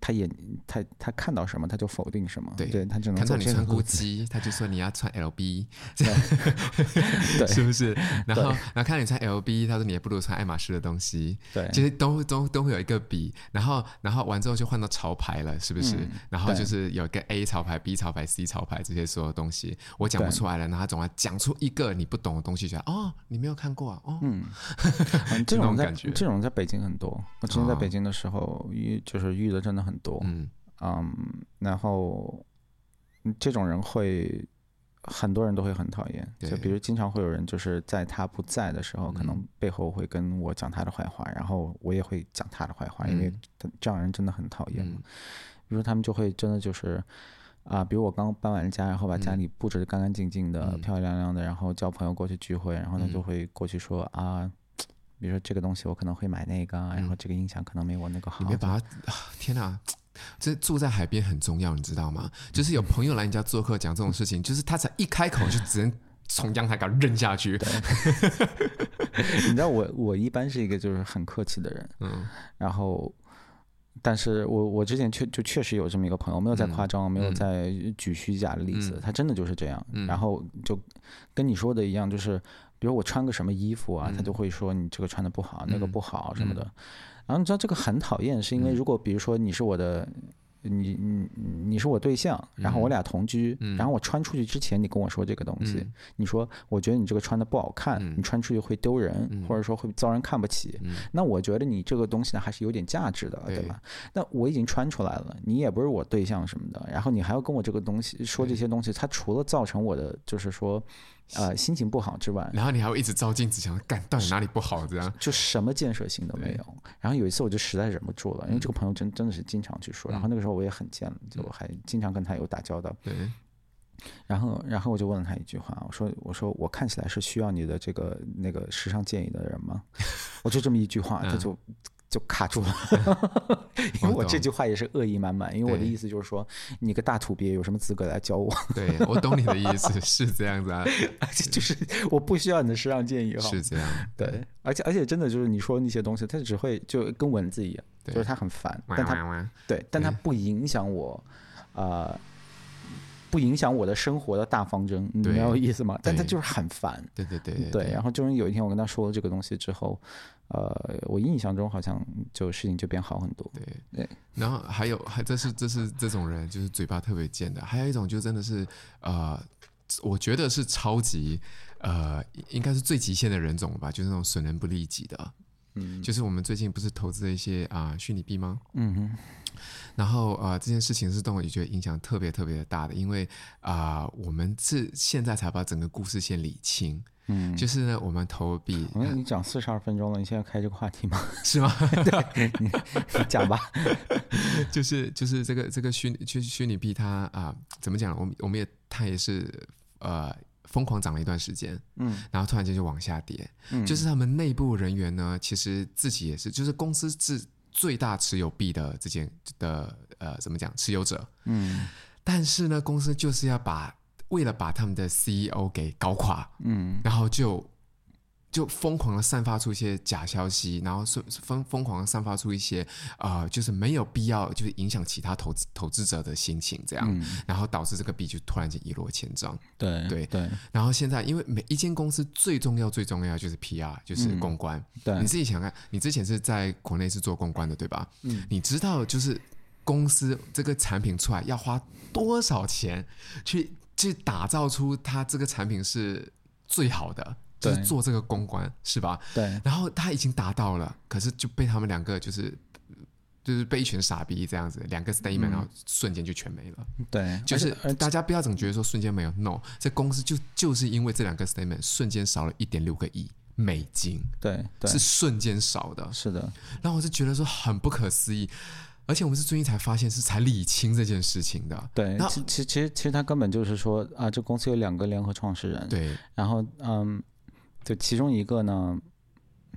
他也他他看到什么他就否定什么， 对， 对他只能看到你穿 G U C C， 他就说你要穿 L B， 对， 是不是？然后然后看你穿 L B， 他说你也不如穿爱马仕的东西， 对， 其实都都都会有一个比，然后然后完之后就换到潮牌了，是不是？嗯、然后就是有一个 A 潮牌、B 潮牌、C 潮牌这些所有东西，我讲不出来了，然后他总要讲出一个你不懂的东西，就哦，你没有看过啊，哦，嗯， 这种在这种在北京很多，我之前在北京的时候遇、哦、就是遇的真的很多，嗯。嗯，然后这种人会很多人都会很讨厌，就比如经常会有人就是在他不在的时候，可能背后会跟我讲他的坏话，嗯、然后我也会讲他的坏话，嗯、因为这样人真的很讨厌。嗯、比如他们就会真的就是啊、呃，比如我刚搬完家，然后把家里布置得干干净净的、嗯、漂漂亮亮的，然后叫朋友过去聚会，然后他就会过去说、嗯、啊。比如说这个东西我可能会买那个，然后这个音响可能没我那个好。 你别把它，天哪！这住在海边很重要，你知道吗？就是有朋友来你家做客讲这种事情，就是他才一开口就只能从阳台给他扔下去。 你知道我我一般是一个就是很客气的人，嗯，然后。但是我我之前确就确实有这么一个朋友，没有在夸张，嗯、没有在举虚假的例子，嗯、他真的就是这样。嗯、然后就跟你说的一样，就是比如我穿个什么衣服啊，嗯、他就会说你这个穿的不好，嗯、那个不好什么的。嗯、然后你知道这个很讨厌，是因为如果比如说你是我的。你你你是我对象，然后我俩同居，嗯、然后我穿出去之前你跟我说这个东西，嗯、你说我觉得你这个穿的不好看，嗯、你穿出去会丢人，嗯、或者说会遭人看不起，嗯、那我觉得你这个东西呢还是有点价值的，对吧？那我已经穿出来了，你也不是我对象什么的，然后你还要跟我这个东西说这些东西，它除了造成我的就是说。呃，心情不好之外， 然后你还会一直照镜子想干到底哪里不好这样， 就什么建设性都没有。然后有一次我就实在忍不住了，因为这个朋友真真的是经常去说，嗯、然后那个时候我也很贱了，就还经常跟他有打交道。对。然后，然后我就问了他一句话，我说：“我说我看起来是需要你的这个那个时尚建议的人吗？”我就这么一句话，他就。嗯就卡住了，因为我这句话也是恶意满满，因为我的意思就是说，你个大土鳖有什么资格来教我？ 对，我懂你的意思，是这样子啊， 而且就是我不需要你的时尚建议， 是这样， 对，而且而且真的就是你说那些东西，它只会就跟蚊子一样，就是它很烦，但它对，但它不影响我，呃。不影响我的生活的大方针，你明白我意思吗？但他就是很烦。 对对 对对, 对, 对。然后终于有一天我跟他说了这个东西之后，呃，我印象中好像就事情就变好很多。 对对。然后还有还这是这是这种人就是嘴巴特别贱的，还有一种就真的是呃，我觉得是超级呃，应该是最极限的人种吧，就是那种损人不利己的。嗯，就是我们最近不是投资了一些啊、呃、虚拟币吗？嗯哼。然后呃，这件事情是对我也觉得影响特别特别的大的，因为啊、呃，我们是现在才把整个故事先理清。嗯，就是呢，我们投币。 我跟你讲四十二分钟了，你现在开这个话题吗？ 是吗？ 对，你讲吧。 就是就是这个这个虚拟虚拟币它啊、呃，怎么讲？我们我们也它也是呃。疯狂涨了一段时间，嗯，然后突然间就往下跌，嗯，就是他们内部人员呢，其实自己也是，就是公司是最大持有币的这件的呃，怎么讲持有者，嗯，但是呢，公司就是要把为了把他们的 C E O 给搞垮，嗯，然后就就疯狂的散发出一些假消息，然后疯疯狂的散发出一些呃，就是没有必要，就是影响其他投资投资者的心情，这样，嗯、然后导致这个币就突然间一落千丈。 对对对。 然后现在，因为每一间公司最重要最重要就是 P R， 就是公关。嗯、对。你自己想看，你之前是在国内是做公关的，对吧？嗯。你知道，就是公司这个产品出来要花多少钱去去打造出它这个产品是最好的。就是做这个公关是吧？ 对。 然后他已经达到了，可是就被他们两个就是就是被一群傻逼这样子，两个 statement，、嗯、然后瞬间就全没了。 对， 就是大家不要总觉得说瞬间没有 ，no， 这公司就就是因为这两个 statement 瞬间少了一点六个亿美金， 对，对， 是瞬间少的。 是的。 然后我是觉得说很不可思议。而且我们是最近才发现，是才理清这件事情的。 对，其其其实其实他根本就是说啊，这公司有两个联合创始人。 对。 然后嗯。就其中一个呢，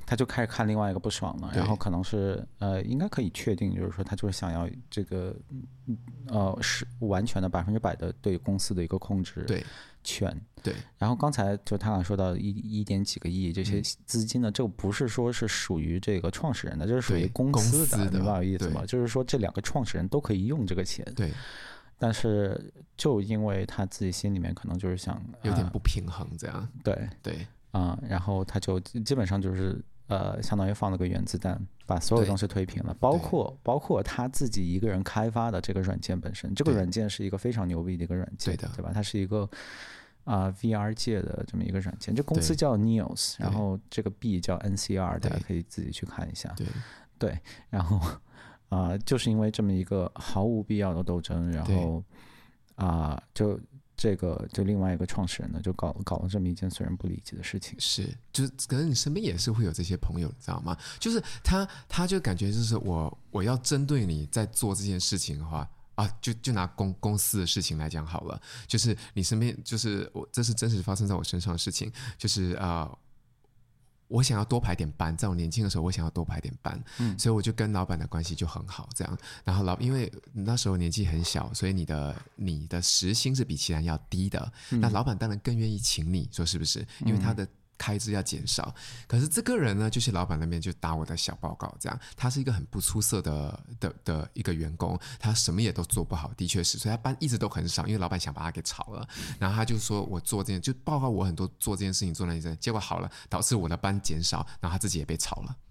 他就开始看另外一个不爽了，然后可能是呃，应该可以确定，就是说他就是想要这个呃是完全的百分之百的对公司的一个控制权。 对， 然后刚才就他俩说到一一点几个亿这些资金呢，嗯、这个不是说是属于这个创始人的，这是属于公司的，明白我意思吗？就是说这两个创始人都可以用这个钱。 对。 但是就因为他自己心里面可能就是想有点不平衡这样。 呃、对对。 啊、呃，然后他就基本上就是呃，相当于放了个原子弹，把所有东西推平了，包括包括他自己一个人开发的这个软件本身，这个软件是一个非常牛逼的一个软件，对的，对吧？它是一个啊、呃、V R 界的这么一个软件，这公司叫 Neos， 然后这个币叫 N C R， 大家可以自己去看一下。 对对，然后啊、呃，就是因为这么一个毫无必要的斗争，然后啊、呃、就。这个就另外一个创始人呢，就搞搞了这么一件损人不利己的事情。 是，就是可能你身边也是会有这些朋友，你知道吗？就是他，他就感觉就是我，我要针对你在做这件事情的话啊，就就拿公公司的事情来讲好了，就是你身边，就是我，这是真实发生在我身上的事情，就是啊。呃我想要多排点班，在我年轻的时候，我想要多排点班，嗯、所以我就跟老板的关系就很好，这样。然后老，因为那时候年纪很小，所以你的你的时薪是比其他人要低的，嗯、那老板当然更愿意请你，说是不是？因为他的开支要减少。可是这个人呢，就是老板那边就打我的小报告，这样。他是一个很不出色的的的一个员工，他什么也都做不好，的确是，所以他班一直都很少，因为老板想把他给炒了。然后他就说我做这件，就报告我很多做这件事情做那件事情，结果好了，导致我的班减少，然后他自己也被炒了。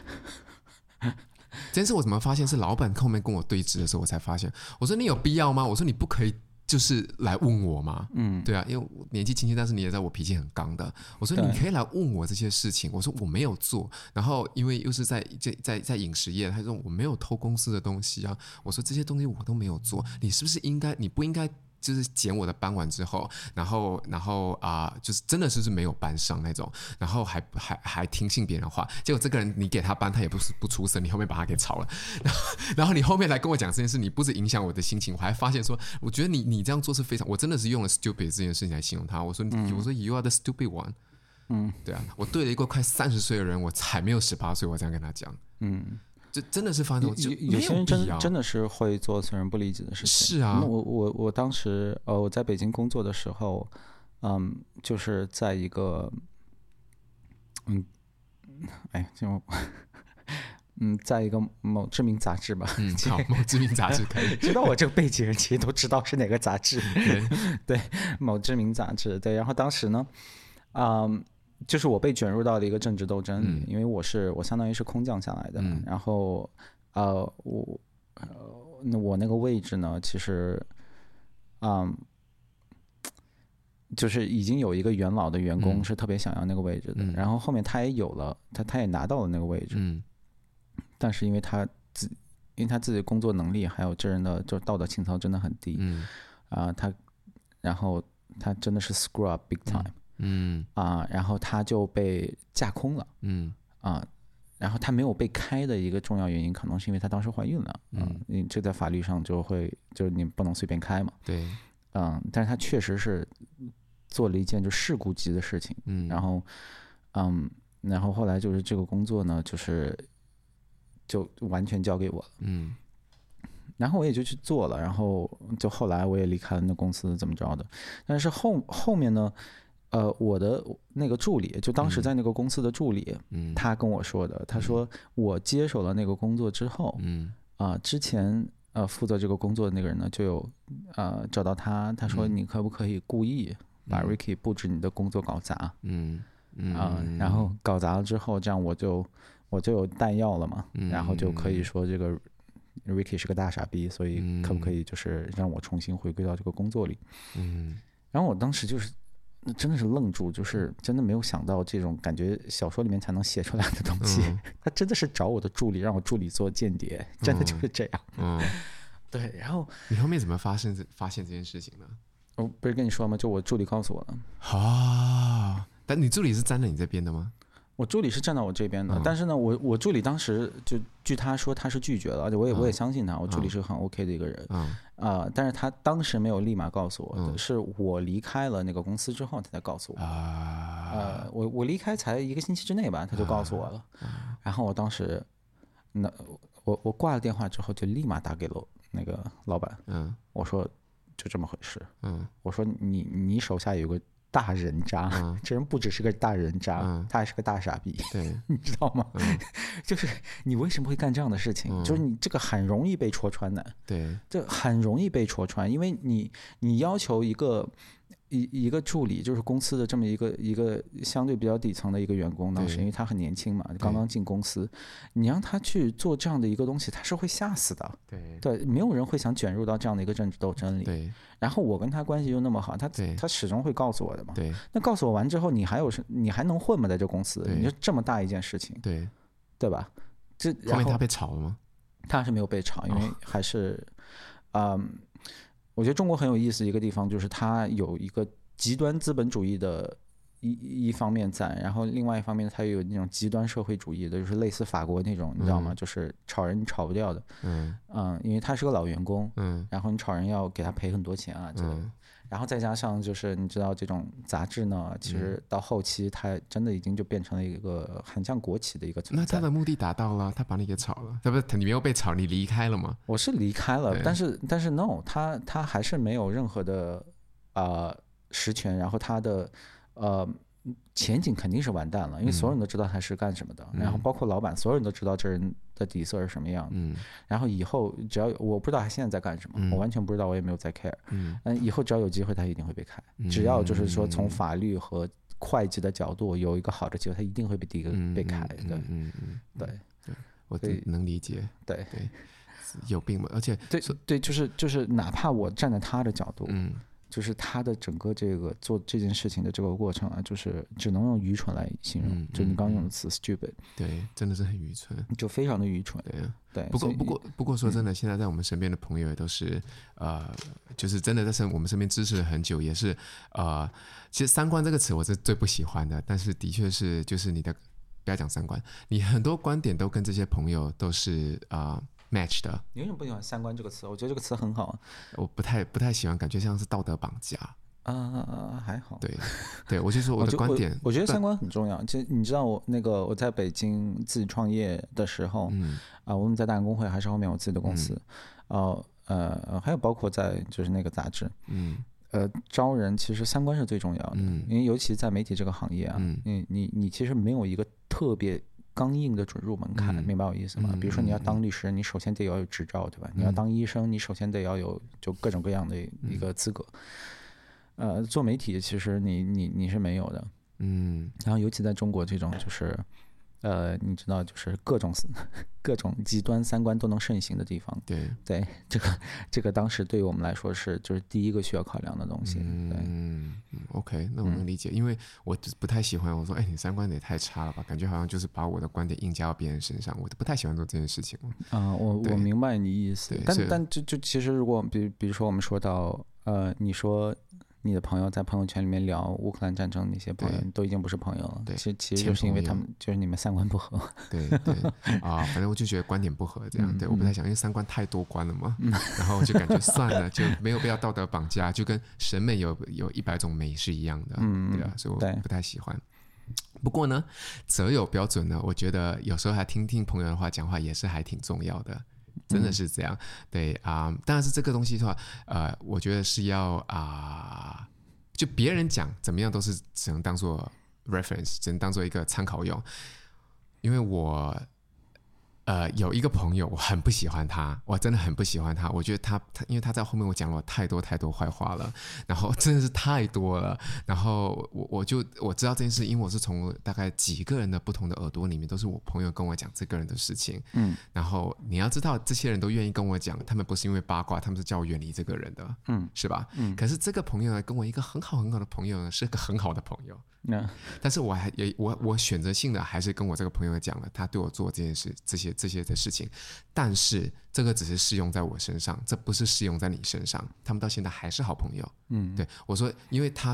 这件事我怎么发现？是老板后面跟我对峙的时候，我才发现。我说你有必要吗？我说你不可以。就是来问我嘛，嗯，对啊，因为我年纪轻轻，但是你也知道我脾气很刚的。我说你可以来问我这些事情，我说我没有做，然后因为又是在在在在饮食业，他说我没有偷公司的东西啊，我说这些东西我都没有做，你是不是应该？你不应该就是减我的班完之后，然后然后啊、呃，就是真的是没有班上那种，然后还还还听信别人话，结果这个人你给他班，他也不是不出声，你后面把他给炒了，然后然后你后面来跟我讲这件事，你不止影响我的心情，我还发现说，我觉得你你这样做是非常，我真的是用了 stupid 这件事情来形容他，我说、嗯、我说 you are the stupid one， 嗯，对啊，我对了一个快三十岁的人，我才没有十八岁，我这样跟他讲，嗯。这真的是发生， 有有些人真真的是会做损人不利己的事情。 是啊， 我我我当时呃我在北京工作的时候，嗯，就是在一个，嗯，哎，就嗯，在一个某知名杂志吧。 嗯，好，某知名杂志可以。 知道我这个背景人其实都知道是哪个杂志。对对，某知名杂志。对，然后当时呢，嗯。就是我被卷入到了一个政治斗争里，嗯、因为我是我相当于是空降下来的，嗯、然后呃我呃那我那个位置呢，其实嗯就是已经有一个元老的员工是特别想要那个位置的，嗯、然后后面他也有了，他他也拿到了那个位置，嗯、但是因为他自因为他自己的工作能力还有这人的就道德情操真的很低，嗯啊、呃、他然后他真的是 screw up big time。嗯嗯啊、呃，然后他就被架空了，嗯啊、呃，然后他没有被开的一个重要原因，可能是因为他当时怀孕了，嗯，你、呃、这在法律上就会就是你不能随便开嘛， 对， 嗯、呃，但是他确实是做了一件就事故级的事情，嗯，然后嗯，然后后来就是这个工作呢，就是就完全交给我了，嗯。然后我也就去做了，然后就后来我也离开了那公司，怎么着的？但是后后面呢？呃，我的那个助理，就当时在那个公司的助理，嗯、他跟我说的，他说我接手了那个工作之后，嗯啊、呃，之前呃负责这个工作的那个人呢，就有呃找到他，他说你可不可以故意把 Ricky 布置你的工作搞砸，嗯嗯啊、呃，然后搞砸了之后，这样我就我就有弹药了嘛，嗯、然后就可以说这个 Ricky 是个大傻逼，所以可不可以就是让我重新回归到这个工作里，嗯，然后我当时就是。那真的是愣住，就是真的没有想到这种感觉小说里面才能写出来的东西。嗯、他真的是找我的助理，让我助理做间谍，真的就是这样。嗯，嗯对。然后你后面怎么发现这发现这件事情呢？ 我不是跟你说吗？就我助理告诉我了。 啊！但你助理是站在你这边的吗？ 我助理是站到我这边的， 嗯、 但是呢，我我助理当时就据他说他是拒绝了，而且我也、嗯、我也相信他，我助理是很 OK 的一个人， 嗯啊、呃，但是他当时没有立马告诉我的， 嗯、 是我离开了那个公司之后他才告诉我， 啊， 呃，我我离开才一个星期之内吧，他就告诉我了， 啊、 然后我当时那我我挂了电话之后就立马打给了那个老板， 嗯， 我说就这么回事， 嗯， 我说你你手下有个大人渣，嗯、这人不只是个大人渣，嗯、他还是个大傻逼， 对， 你知道吗？嗯、就是你为什么会干这样的事情？嗯、就是你这个很容易被戳穿的， 对， 这很容易被戳穿，因为你你要求一个一一个助理，就是公司的这么一个一个相对比较底层的一个员工，当时因为他很年轻嘛，刚刚进公司，你让他去做这样的一个东西，他是会吓死的。 对对，没有人会想卷入到这样的一个政治斗争里。 对。 然后我跟他关系又那么好，他他始终会告诉我的嘛。 对。 那告诉我完之后，你还有是，你还能混吗？在这公司，你说这么大一件事情， 对对吧？这后面他被炒了吗？ 他是没有被炒，因为还是，哦、嗯。我觉得中国很有意思的一个地方，就是它有一个极端资本主义的一一方面在，然后另外一方面它又有那种极端社会主义的，就是类似法国那种，你知道吗？嗯、就是炒人炒不掉的，嗯嗯，因为他是个老员工，嗯，然后你炒人要给他赔很多钱啊之类的。嗯，然后再加上就是你知道这种杂志呢，其实到后期它真的已经就变成了一个很像国企的一个存在。 那他的目的达到了，他把你给炒了，他不是你没有被炒，你离开了吗？ 我是离开了，但是但是 no， 他他还是没有任何的呃实权，然后他的呃前景肯定是完蛋了，因为所有人都知道他是干什么的，嗯、然后包括老板，所有人都知道这人的底色是什么样的。嗯，然后以后只要我不知道他现在在干什么，嗯、我完全不知道，我也没有在 care。嗯，以后只要有机会，他一定会被开。嗯、只要就是说从法律和会计的角度有一个好的机会，他一定会被第一个被开。对，嗯嗯嗯， 对对，我能理解。 对对，有病嘛？而且对对，就是就是哪怕我站在他的角度，嗯。就是他的整个这个做这件事情的这个过程啊，就是只能用愚蠢来形容。嗯、就你刚刚用的词 stupid， 对，真的是很愚蠢， 就非常的愚蠢。 对对。 不过不过不过说真的，嗯、现在在我们身边的朋友也都是呃，就是真的在身我们身边支持了很久，也是呃，其实三观这个词我是最不喜欢的，但是的确是就是你的不要讲三观，你很多观点都跟这些朋友都是啊。呃match 的， 你为什么不喜欢三观这个词？我觉得这个词很好啊。 我不太不太喜欢，感觉像是道德绑架。 啊啊啊，还好。 对，对我就说我的观点， 我, 我, 我觉得三观很重要。其实你知道我那个我在北京自己创业的时候，嗯啊、呃，我们在大洋工会还是后面我自己的公司，哦、嗯、呃还有包括在就是那个杂志，嗯呃招人其实三观是最重要的，嗯、因为尤其在媒体这个行业啊，嗯你你你其实没有一个特别刚硬的准入门槛，嗯、明白我意思吗？嗯、比如说你要当律师，嗯、你首先得要有执照，对吧？嗯、你要当医生，你首先得要有就各种各样的一个资格。嗯、呃，做媒体其实你你你是没有的，嗯。然后尤其在中国这种就是，呃，你知道就是各种各种极端三观都能盛行的地方， 对对，这个这个当时对于我们来说是就是第一个需要考量的东西。 嗯 ，OK， 那我能理解，嗯、因为我不太喜欢我说，哎，你三观也太差了吧，感觉好像就是把我的观点硬加到别人身上，我不太喜欢做这件事情。 啊、呃，我我明白你意思，但但就就其实如果比比如说我们说到呃，你说。你的朋友在朋友圈里面聊乌克兰战争，那些朋友都已经不是朋友了。 对， 其实其实就是因为他们就是你们三观不合。 对对啊，反正我就觉得观点不合这样。嗯、对，我不太想，因为三观太多观了嘛。嗯、然后我就感觉算了，就没有必要道德绑架，就跟审美有有一百种美是一样的，嗯、对吧？所以我不太喜欢。不过呢，择友标准呢，我觉得有时候还听听朋友的话讲话也是还挺重要的。真的是这样，嗯、对啊、呃，当然是这个东西的话，呃，我觉得是要啊、呃，就别人讲怎么样都是只能当做 reference， 只能当做一个参考用，因为我呃有一个朋友，我很不喜欢他，我真的很不喜欢他，我觉得他他因为他在后面我讲了我太多太多坏话了，然后真的是太多了，然后我我就我知道这件事，因为我是从大概几个人的不同的耳朵里面，都是我朋友跟我讲这个人的事情，嗯，然后你要知道这些人都愿意跟我讲，他们不是因为八卦，他们是叫我远离这个人的，嗯，是吧？嗯，可是这个朋友呢，跟我一个很好很好的朋友呢，是个很好的朋友。嗯、但是我还也我我选择性的还是跟我这个朋友讲了，他对我做这件事这些这些的事情，但是这个只是适用在我身上，这不是适用在你身上。他们到现在还是好朋友。嗯，对我说，因为他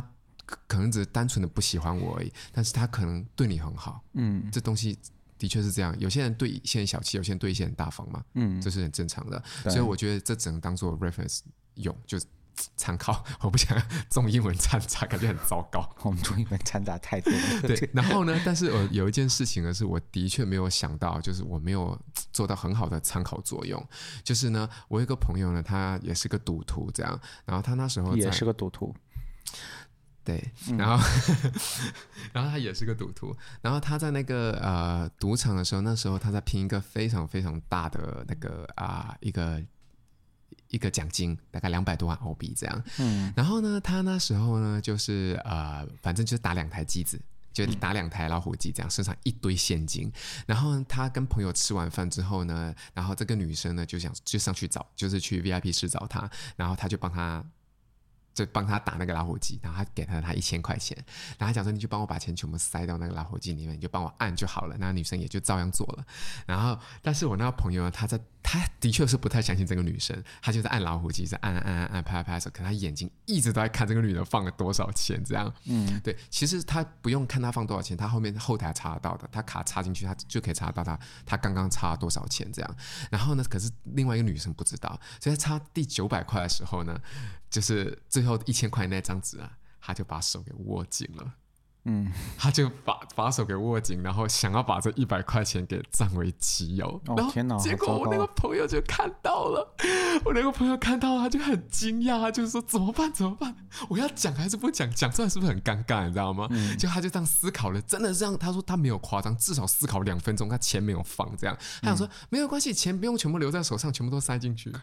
可能只是单纯的不喜欢我而已，但是他可能对你很好， 嗯， 这东西的确是这样，有些人对一些人小气，有些人对一些人大方嘛， 嗯， 这是很正常的，所以我觉得这只能当做 reference 用，就参考。我不想中英文掺杂，感觉很糟糕。 我们中英文掺杂太多了。 对，然后呢，但是我有一件事情呢，是我的确没有想到，就是我没有做到很好的参考作用。就是呢，我有一个朋友呢，他也是个赌徒，这样，然后他那时候也是个赌徒。 对，然后、嗯、然后他也是个赌徒，然后他在那个呃赌场的时候，那时候他在拼一个非常非常大的那个啊、呃、一个一个奖金，大概两百多万澳币这样。嗯，然后呢，他那时候呢就是呃反正就是打两台机子。就打两台老虎机，这样身上一堆现金。然后他跟朋友吃完饭之后呢，然后这个女生呢就想就上去找，就是去 V I P 室找他，然后他就帮他。就帮他打那个老虎机，然后他给他他一千块钱，然后他讲说你就帮我把钱全部塞到那个老虎机里面，你就帮我按就好了。那女生也就照样做了。然后，但是我那个朋友呢，他在他的确是不太相信这个女生，他就在按老虎机，在按按按按拍拍的时候，可他眼睛一直都在看这个女的放了多少钱，这样。嗯，对，其实他不用看他放多少钱，他后面后台查得到的，他卡插进去，他就可以查得到他他刚刚插了多少钱这样。然后呢，可是另外一个女生不知道，所以在插第九百块的时候呢。就是最后一千块那张纸啊，他就把手给握紧了，嗯，他就把把手给握紧，然后想要把这一百块钱给占为己有。 哦、 然后天哪！ 结果我那个朋友就看到了，我那个朋友看到他就很惊讶，他就说怎么办？怎么办？我要讲还是不讲？讲出来是不是很尴尬？你知道吗？嗯、就他就这样思考了，真的是这样。他说他没有夸张，至少思考两分钟，他钱没有放，这样。他想说、嗯、没有关系，钱不用全部留在手上，全部都塞进去。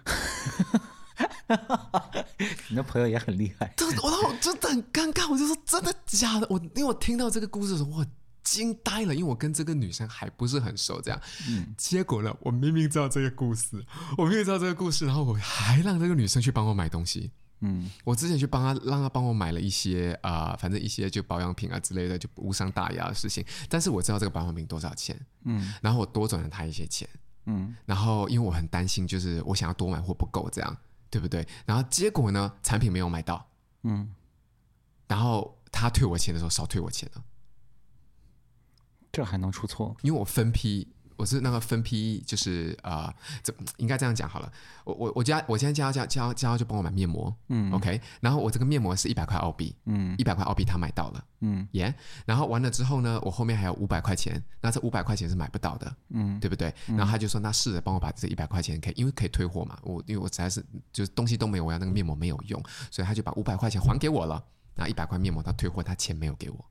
你的朋友也很厉害。 对，我我真的很尴尬，我就说真的假的？我因为我听到这个故事的时候，我惊呆了，因为我跟这个女生还不是很熟，这样。嗯。结果呢，我明明知道这个故事，我明明知道这个故事，然后我还让这个女生去帮我买东西。嗯。我之前去帮她，让她帮我买了一些啊、呃，反正一些就保养品啊之类的，就无伤大雅的事情。但是我知道这个保养品多少钱，嗯。然后我多转了她一些钱，嗯。然后因为我很担心，就是我想要多买货不够这样。对不对？然后结果呢，产品没有买到，嗯，然后他退我钱的时候少退我钱了， 这还能出错？ 因为我分批，我是那个分批，就是啊，这、呃、应该这样讲好了。我我我家我现在叫叫叫叫就帮我买面膜，嗯 ，OK， 然后我这个面膜是一百块澳币，嗯，一百块澳币他买到了，嗯，耶、yeah ，然后完了之后呢，我后面还有五百块钱，那这五百块钱是买不到的，嗯，对不对？然后他就说，那试着帮我把这一百块钱可以，因为可以退货嘛，我因为我实在是就是东西都没有，我要那个面膜没有用，所以他就把五百块钱还给我了，然后一百块面膜他退货，他钱没有给我，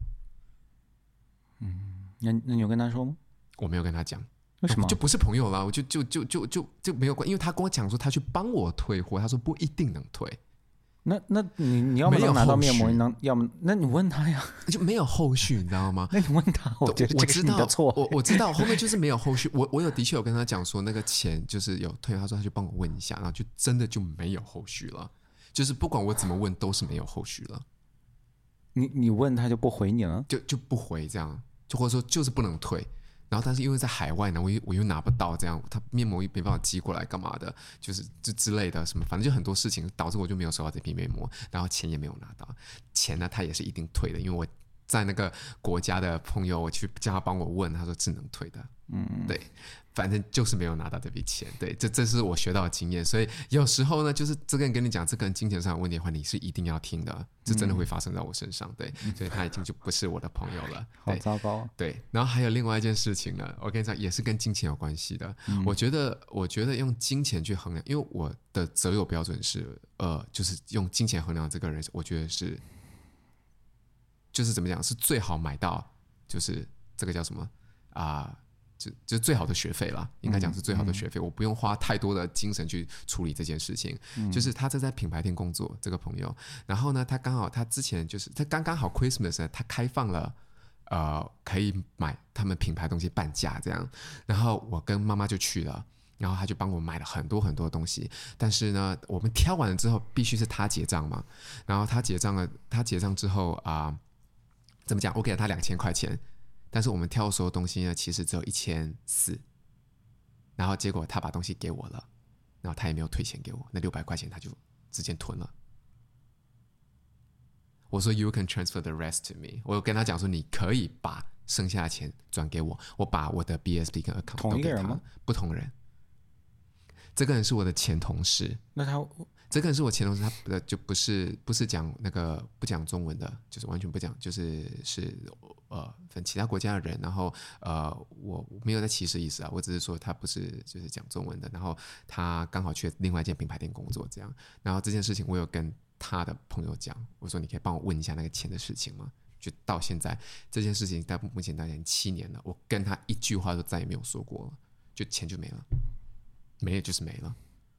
嗯，那那你有跟他说吗？ 我没有跟他讲。 为什么？ 就不是朋友了，我就就就就就就没有关，因为他跟我讲说他去帮我退货，他说不一定能退。 那那你你要么能拿到面膜，你能要么那你问他呀， 就没有后续，你知道吗？ 那你问他，我觉得这个是你的错。 我我知道后面就是没有后续，我我有的确有跟他讲说那个钱就是有退，他说他去帮我问一下，然后就真的就没有后续了，就是不管我怎么问都是没有后续了。 你你问他就不回你了， 就就不回这样，就或者说就是不能退。然后但是因为在海外呢，我又我又拿不到这样，他面膜又没办法寄过来干嘛的，就是这之类的什么，反正就很多事情导致我就没有收到这批面膜，然后钱也没有拿到，钱呢他也是一定退的，因为我在那个国家的朋友，我去叫他帮我问，他说只能退的，嗯，对，反正就是没有拿到这笔钱，对，这这是我学到的经验，所以有时候呢，就是这个人跟你讲这个人金钱上有问题的话，你是一定要听的，这真的会发生在我身上，对，所以他已经就不是我的朋友了， 好糟糕， 对，然后还有另外一件事情呢，我跟你讲也是跟金钱有关系的，嗯、我觉得我觉得用金钱去衡量，因为我的择友标准是呃，就是用金钱衡量这个人，我觉得是。就是怎么讲，是最好买到，就是这个叫什么啊、呃？就就最好的学费啦，应该讲是最好的学费、嗯。我不用花太多的精神去处理这件事情。嗯、就是他在在品牌店工作，这个朋友，然后呢，他刚好他之前就是他刚刚好 Christmas 呢，他开放了呃可以买他们品牌东西半价这样，然后我跟妈妈就去了。然后他就帮我买了很多很多东西，但是呢，我们挑完了之后，必须是他结账嘛。然后他结账了，他结账之后啊、呃，怎么讲？我给了他两千块钱，但是我们挑的所有东西呢，其实只有一千四。然后结果他把东西给我了，然后他也没有退钱给我，那六百块钱他就直接吞了。 我说 You can transfer the rest to me。我跟他讲说，你可以把剩下的钱转给我，我把我的 B S B 跟 account 同一个人吗？ 不同人。这个人是我的前同事。 那他这个人是我前同事，他的就不是不是讲那个不讲中文的，就是完全不讲，就是是呃分其他国家的人。然后呃我没有在歧视意思啊，我只是说他不是就是讲中文的。然后他刚好去另外一间品牌店工作这样。然后这件事情我有跟他的朋友讲，我说你可以帮我问一下那个钱的事情吗？就到现在这件事情到目前大概七年了，我跟他一句话都再也没有说过了，就钱就没了，没了就是没了。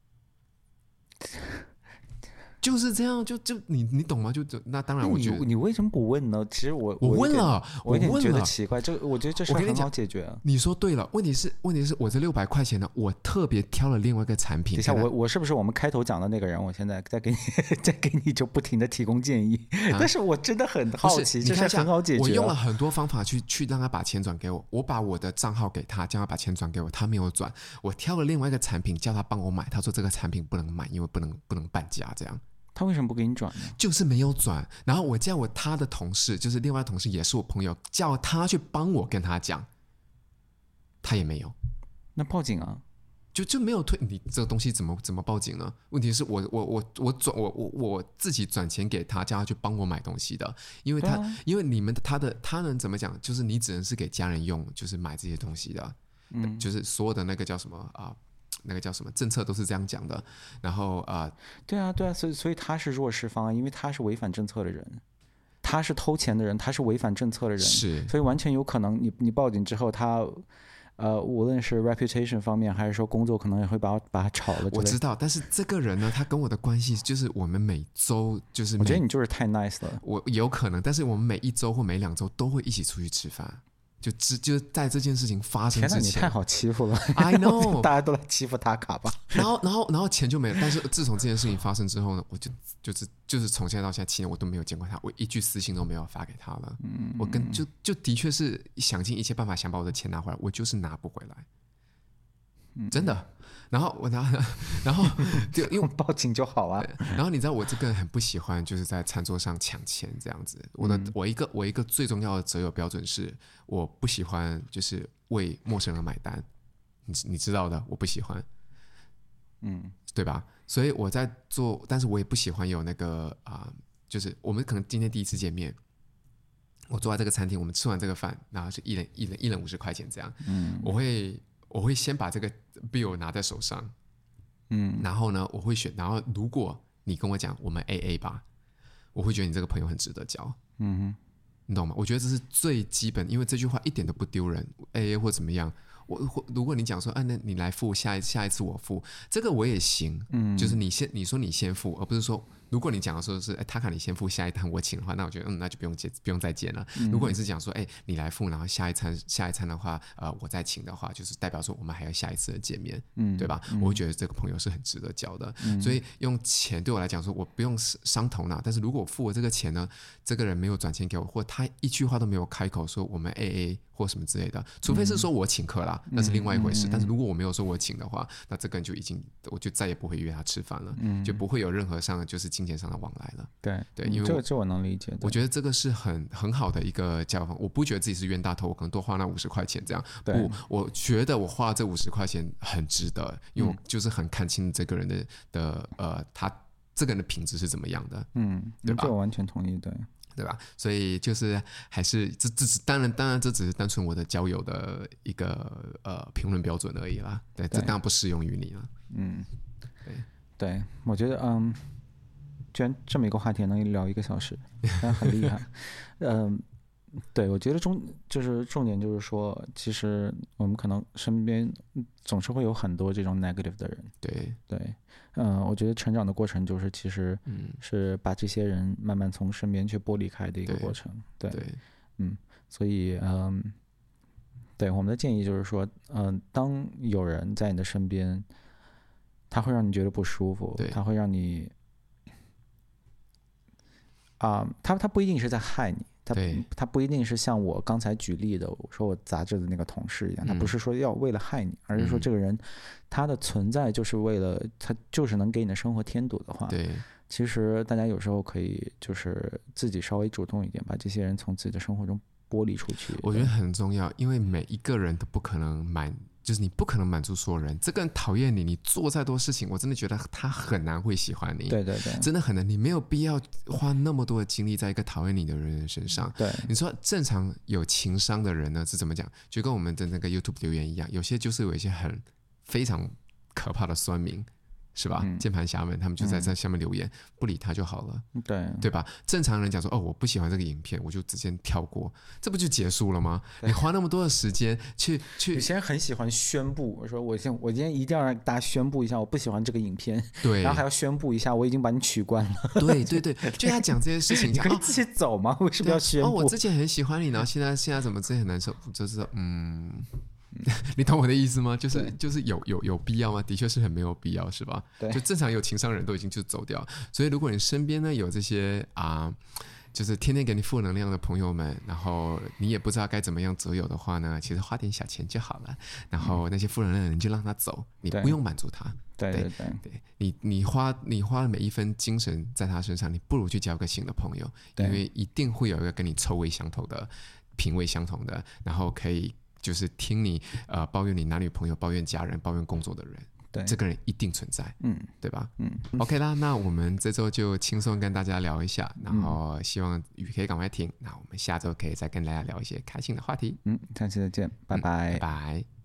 就是这样，就就你你懂吗？就那当然，我觉得你, 你为什么不问呢？其实我我问了， 我有点觉我问了得奇怪，这我觉得这事很好解决啊。 你说对了，问题是问题是我这六百块钱呢，我特别挑了另外一个产品。 等一下，我我是不是我们开头讲的那个人？我现在在给你在给你就不停的提供建议，啊、但是我真的很好奇，这事很好解决、啊。 我用了很多方法去去让他把钱转给我，我把我的账号给他，叫他把钱转给我，他没有转。我挑了另外一个产品，叫他帮我买，他说这个产品不能买，因为不能不能半价这样。 他为什么不给你转呢？ 就是没有转。然后我叫我他的同事，就是另外同事也是我朋友，叫他去帮我跟他讲，他也没有。 那报警啊？ 就就没有退。你这个东西怎么怎么报警呢？问题是我我我我转我我我自己转钱给他，叫他去帮我买东西的，因为他、啊、因为你们他的他能怎么讲？就是你只能是给家人用，就是买这些东西的，嗯，就是所有的那个叫什么啊？那个叫什么政策都是这样讲的，然后啊、呃， 对啊对啊，所以所以他是弱势方，因为他是违反政策的人，他是偷钱的人，他是违反政策的人， 是， 所以完全有可能你你报警之后，他呃无论是 reputation 方面还是说工作，可能也会把把他炒了。 我知道，但是这个人呢，他跟我的关系就是我们每周就是每， 我觉得你就是太 nice 了， 我有可能，但是我们每一周或每两周都会一起出去吃饭。就就在这件事情发生之前， 天哪，你太好欺负了 ！I know， 大家都来欺负塔卡吧。 然后，然后，然后钱就没了。但是自从这件事情发生之后呢，我就就是就是从现在到现在七年，我都没有见过他，我一句私信都没有发给他了。嗯，我跟就就的确是想尽一切办法想把我的钱拿回来，我就是拿不回来，嗯、真的。然后我拿，然后就因为报警就好啊。 然后你知道我这个人很不喜欢就是在餐桌上抢钱这样子。我的、嗯、我一个我一个最重要的择友标准是，我不喜欢就是为陌生人买单，你你知道的，我不喜欢，嗯，对吧？所以我在做，但是我也不喜欢有那个啊、呃，就是我们可能今天第一次见面，我坐在这个餐厅，我们吃完这个饭，然后是一人一人一人五十块钱这样，嗯，我会。我会先把这个 bill 拿在手上，嗯，然后呢，我会选，然后如果你跟我讲我们 A A 吧，我会觉得你这个朋友很值得交，嗯哼，你懂吗？我觉得这是最基本，因为这句话一点都不丢人 ，A A 或怎么样。我如果你讲说，啊，那你来付，下一下一次我付，这个我也行，嗯，就是你先你说你先付，而不是说，如果你讲的时候是，哎，塔卡你先付，下一餐我请的话，那我觉得，嗯，那就不用接，不用再见了。嗯、如果你是讲说，哎，你来付，然后下一餐下一餐的话，呃，我再请的话，就是代表说我们还有下一次的见面，嗯，对吧？嗯、我会觉得这个朋友是很值得交的，嗯、所以用钱对我来讲说，我不用伤头脑，但是如果我付了这个钱呢，这个人没有转钱给我，或他一句话都没有开口说我们 A A 或什么之类的，除非是说我请客啦。那是另外一回事，嗯、但是如果我没有说我请的话，那这个人就已经，我就再也不会约他吃饭了，嗯、就不会有任何上就是金钱上的往来了。 对对，因为这个这我能理解。 我觉得这个是很很好的一个交友方法。我不觉得自己是冤大头，我可能多花那五十块钱这样。不，我觉得我花这五十块钱很值得，因为我就是很看清这个人的的呃，他这个人的品质是怎么样的。嗯，对吧？ 这我完全同意，对。 对吧？所以就是还是这这当然当然这只是单纯我的交友的一个呃评论标准而已啦。对，这当然不适用于你了。嗯， 对对，我觉得嗯，居然这么一个话题能聊一个小时，但很厉害。嗯，对，我觉得重就是重点就是说，其实我们可能身边总是会有很多这种 negative 的人。 对对。嗯、呃，我觉得成长的过程就是其实是把这些人慢慢从身边去剥离开的一个过程。对，对嗯，所以嗯，对我们的建议就是说，嗯、呃，当有人在你的身边，他会让你觉得不舒服，他会让你啊、呃，他他不一定是在害你。他他不一定是像我刚才举例的，我说我杂志的那个同事一样，他不是说要为了害你，而是说这个人他的存在就是为了他就是能给你的生活添堵的话， 对， 其实大家有时候可以就是自己稍微主动一点，把这些人从自己的生活中剥离出去。 我觉得很重要，因为每一个人都不可能满，就是你不可能满足所有人。这个人讨厌你，你做再多事情，我真的觉得他很难会喜欢你。 对对对， 真的很难，你没有必要花那么多的精力在一个讨厌你的人身上。 对， 你说正常有情商的人呢是怎么讲？就跟我们的那个 YouTube 留言一样，有些就是有一些很非常可怕的酸民。是吧？键盘侠们他们就在在下面留言，嗯、不理他就好了， 对对吧？正常人讲说哦，我不喜欢这个影片，我就直接跳过，这不就结束了吗？你花那么多的时间去去， 有些人很喜欢宣布，我说我先我今天一定要让大家宣布一下，我不喜欢这个影片， 对， 然后还要宣布一下我已经把你取关了， 对对对，就他讲这些事情， 你可以自己走吗？为什么要宣布？ 哦，我之前很喜欢你，然后现在现在怎么自己很难受？就是嗯。你懂我的意思吗？就是就是有有有必要吗？的确是很没有必要，是吧？ 对， 就正常有情商人都已经就走掉，所以如果你身边呢有这些啊、呃，就是天天给你负能量的朋友们，然后你也不知道该怎么样择友的话呢，其实花点小钱就好了。然后那些负能量的人就让他走，你不用满足他。 对对 对, 对, 对你你花你花了每一分精神在他身上，你不如去交个新的朋友，因为一定会有一个跟你臭味相投的、品味相同的，然后可以。就是听你呃抱怨你男女朋友、抱怨家人、抱怨工作的人， 对， 这个人一定存在， 嗯， 对吧？ 嗯 ，OK 啦，那我们这周就轻松跟大家聊一下，然后希望雨可以赶快停，那我们下周可以再跟大家聊一些开心的话题。 嗯，下期再见，拜拜， 嗯，拜拜。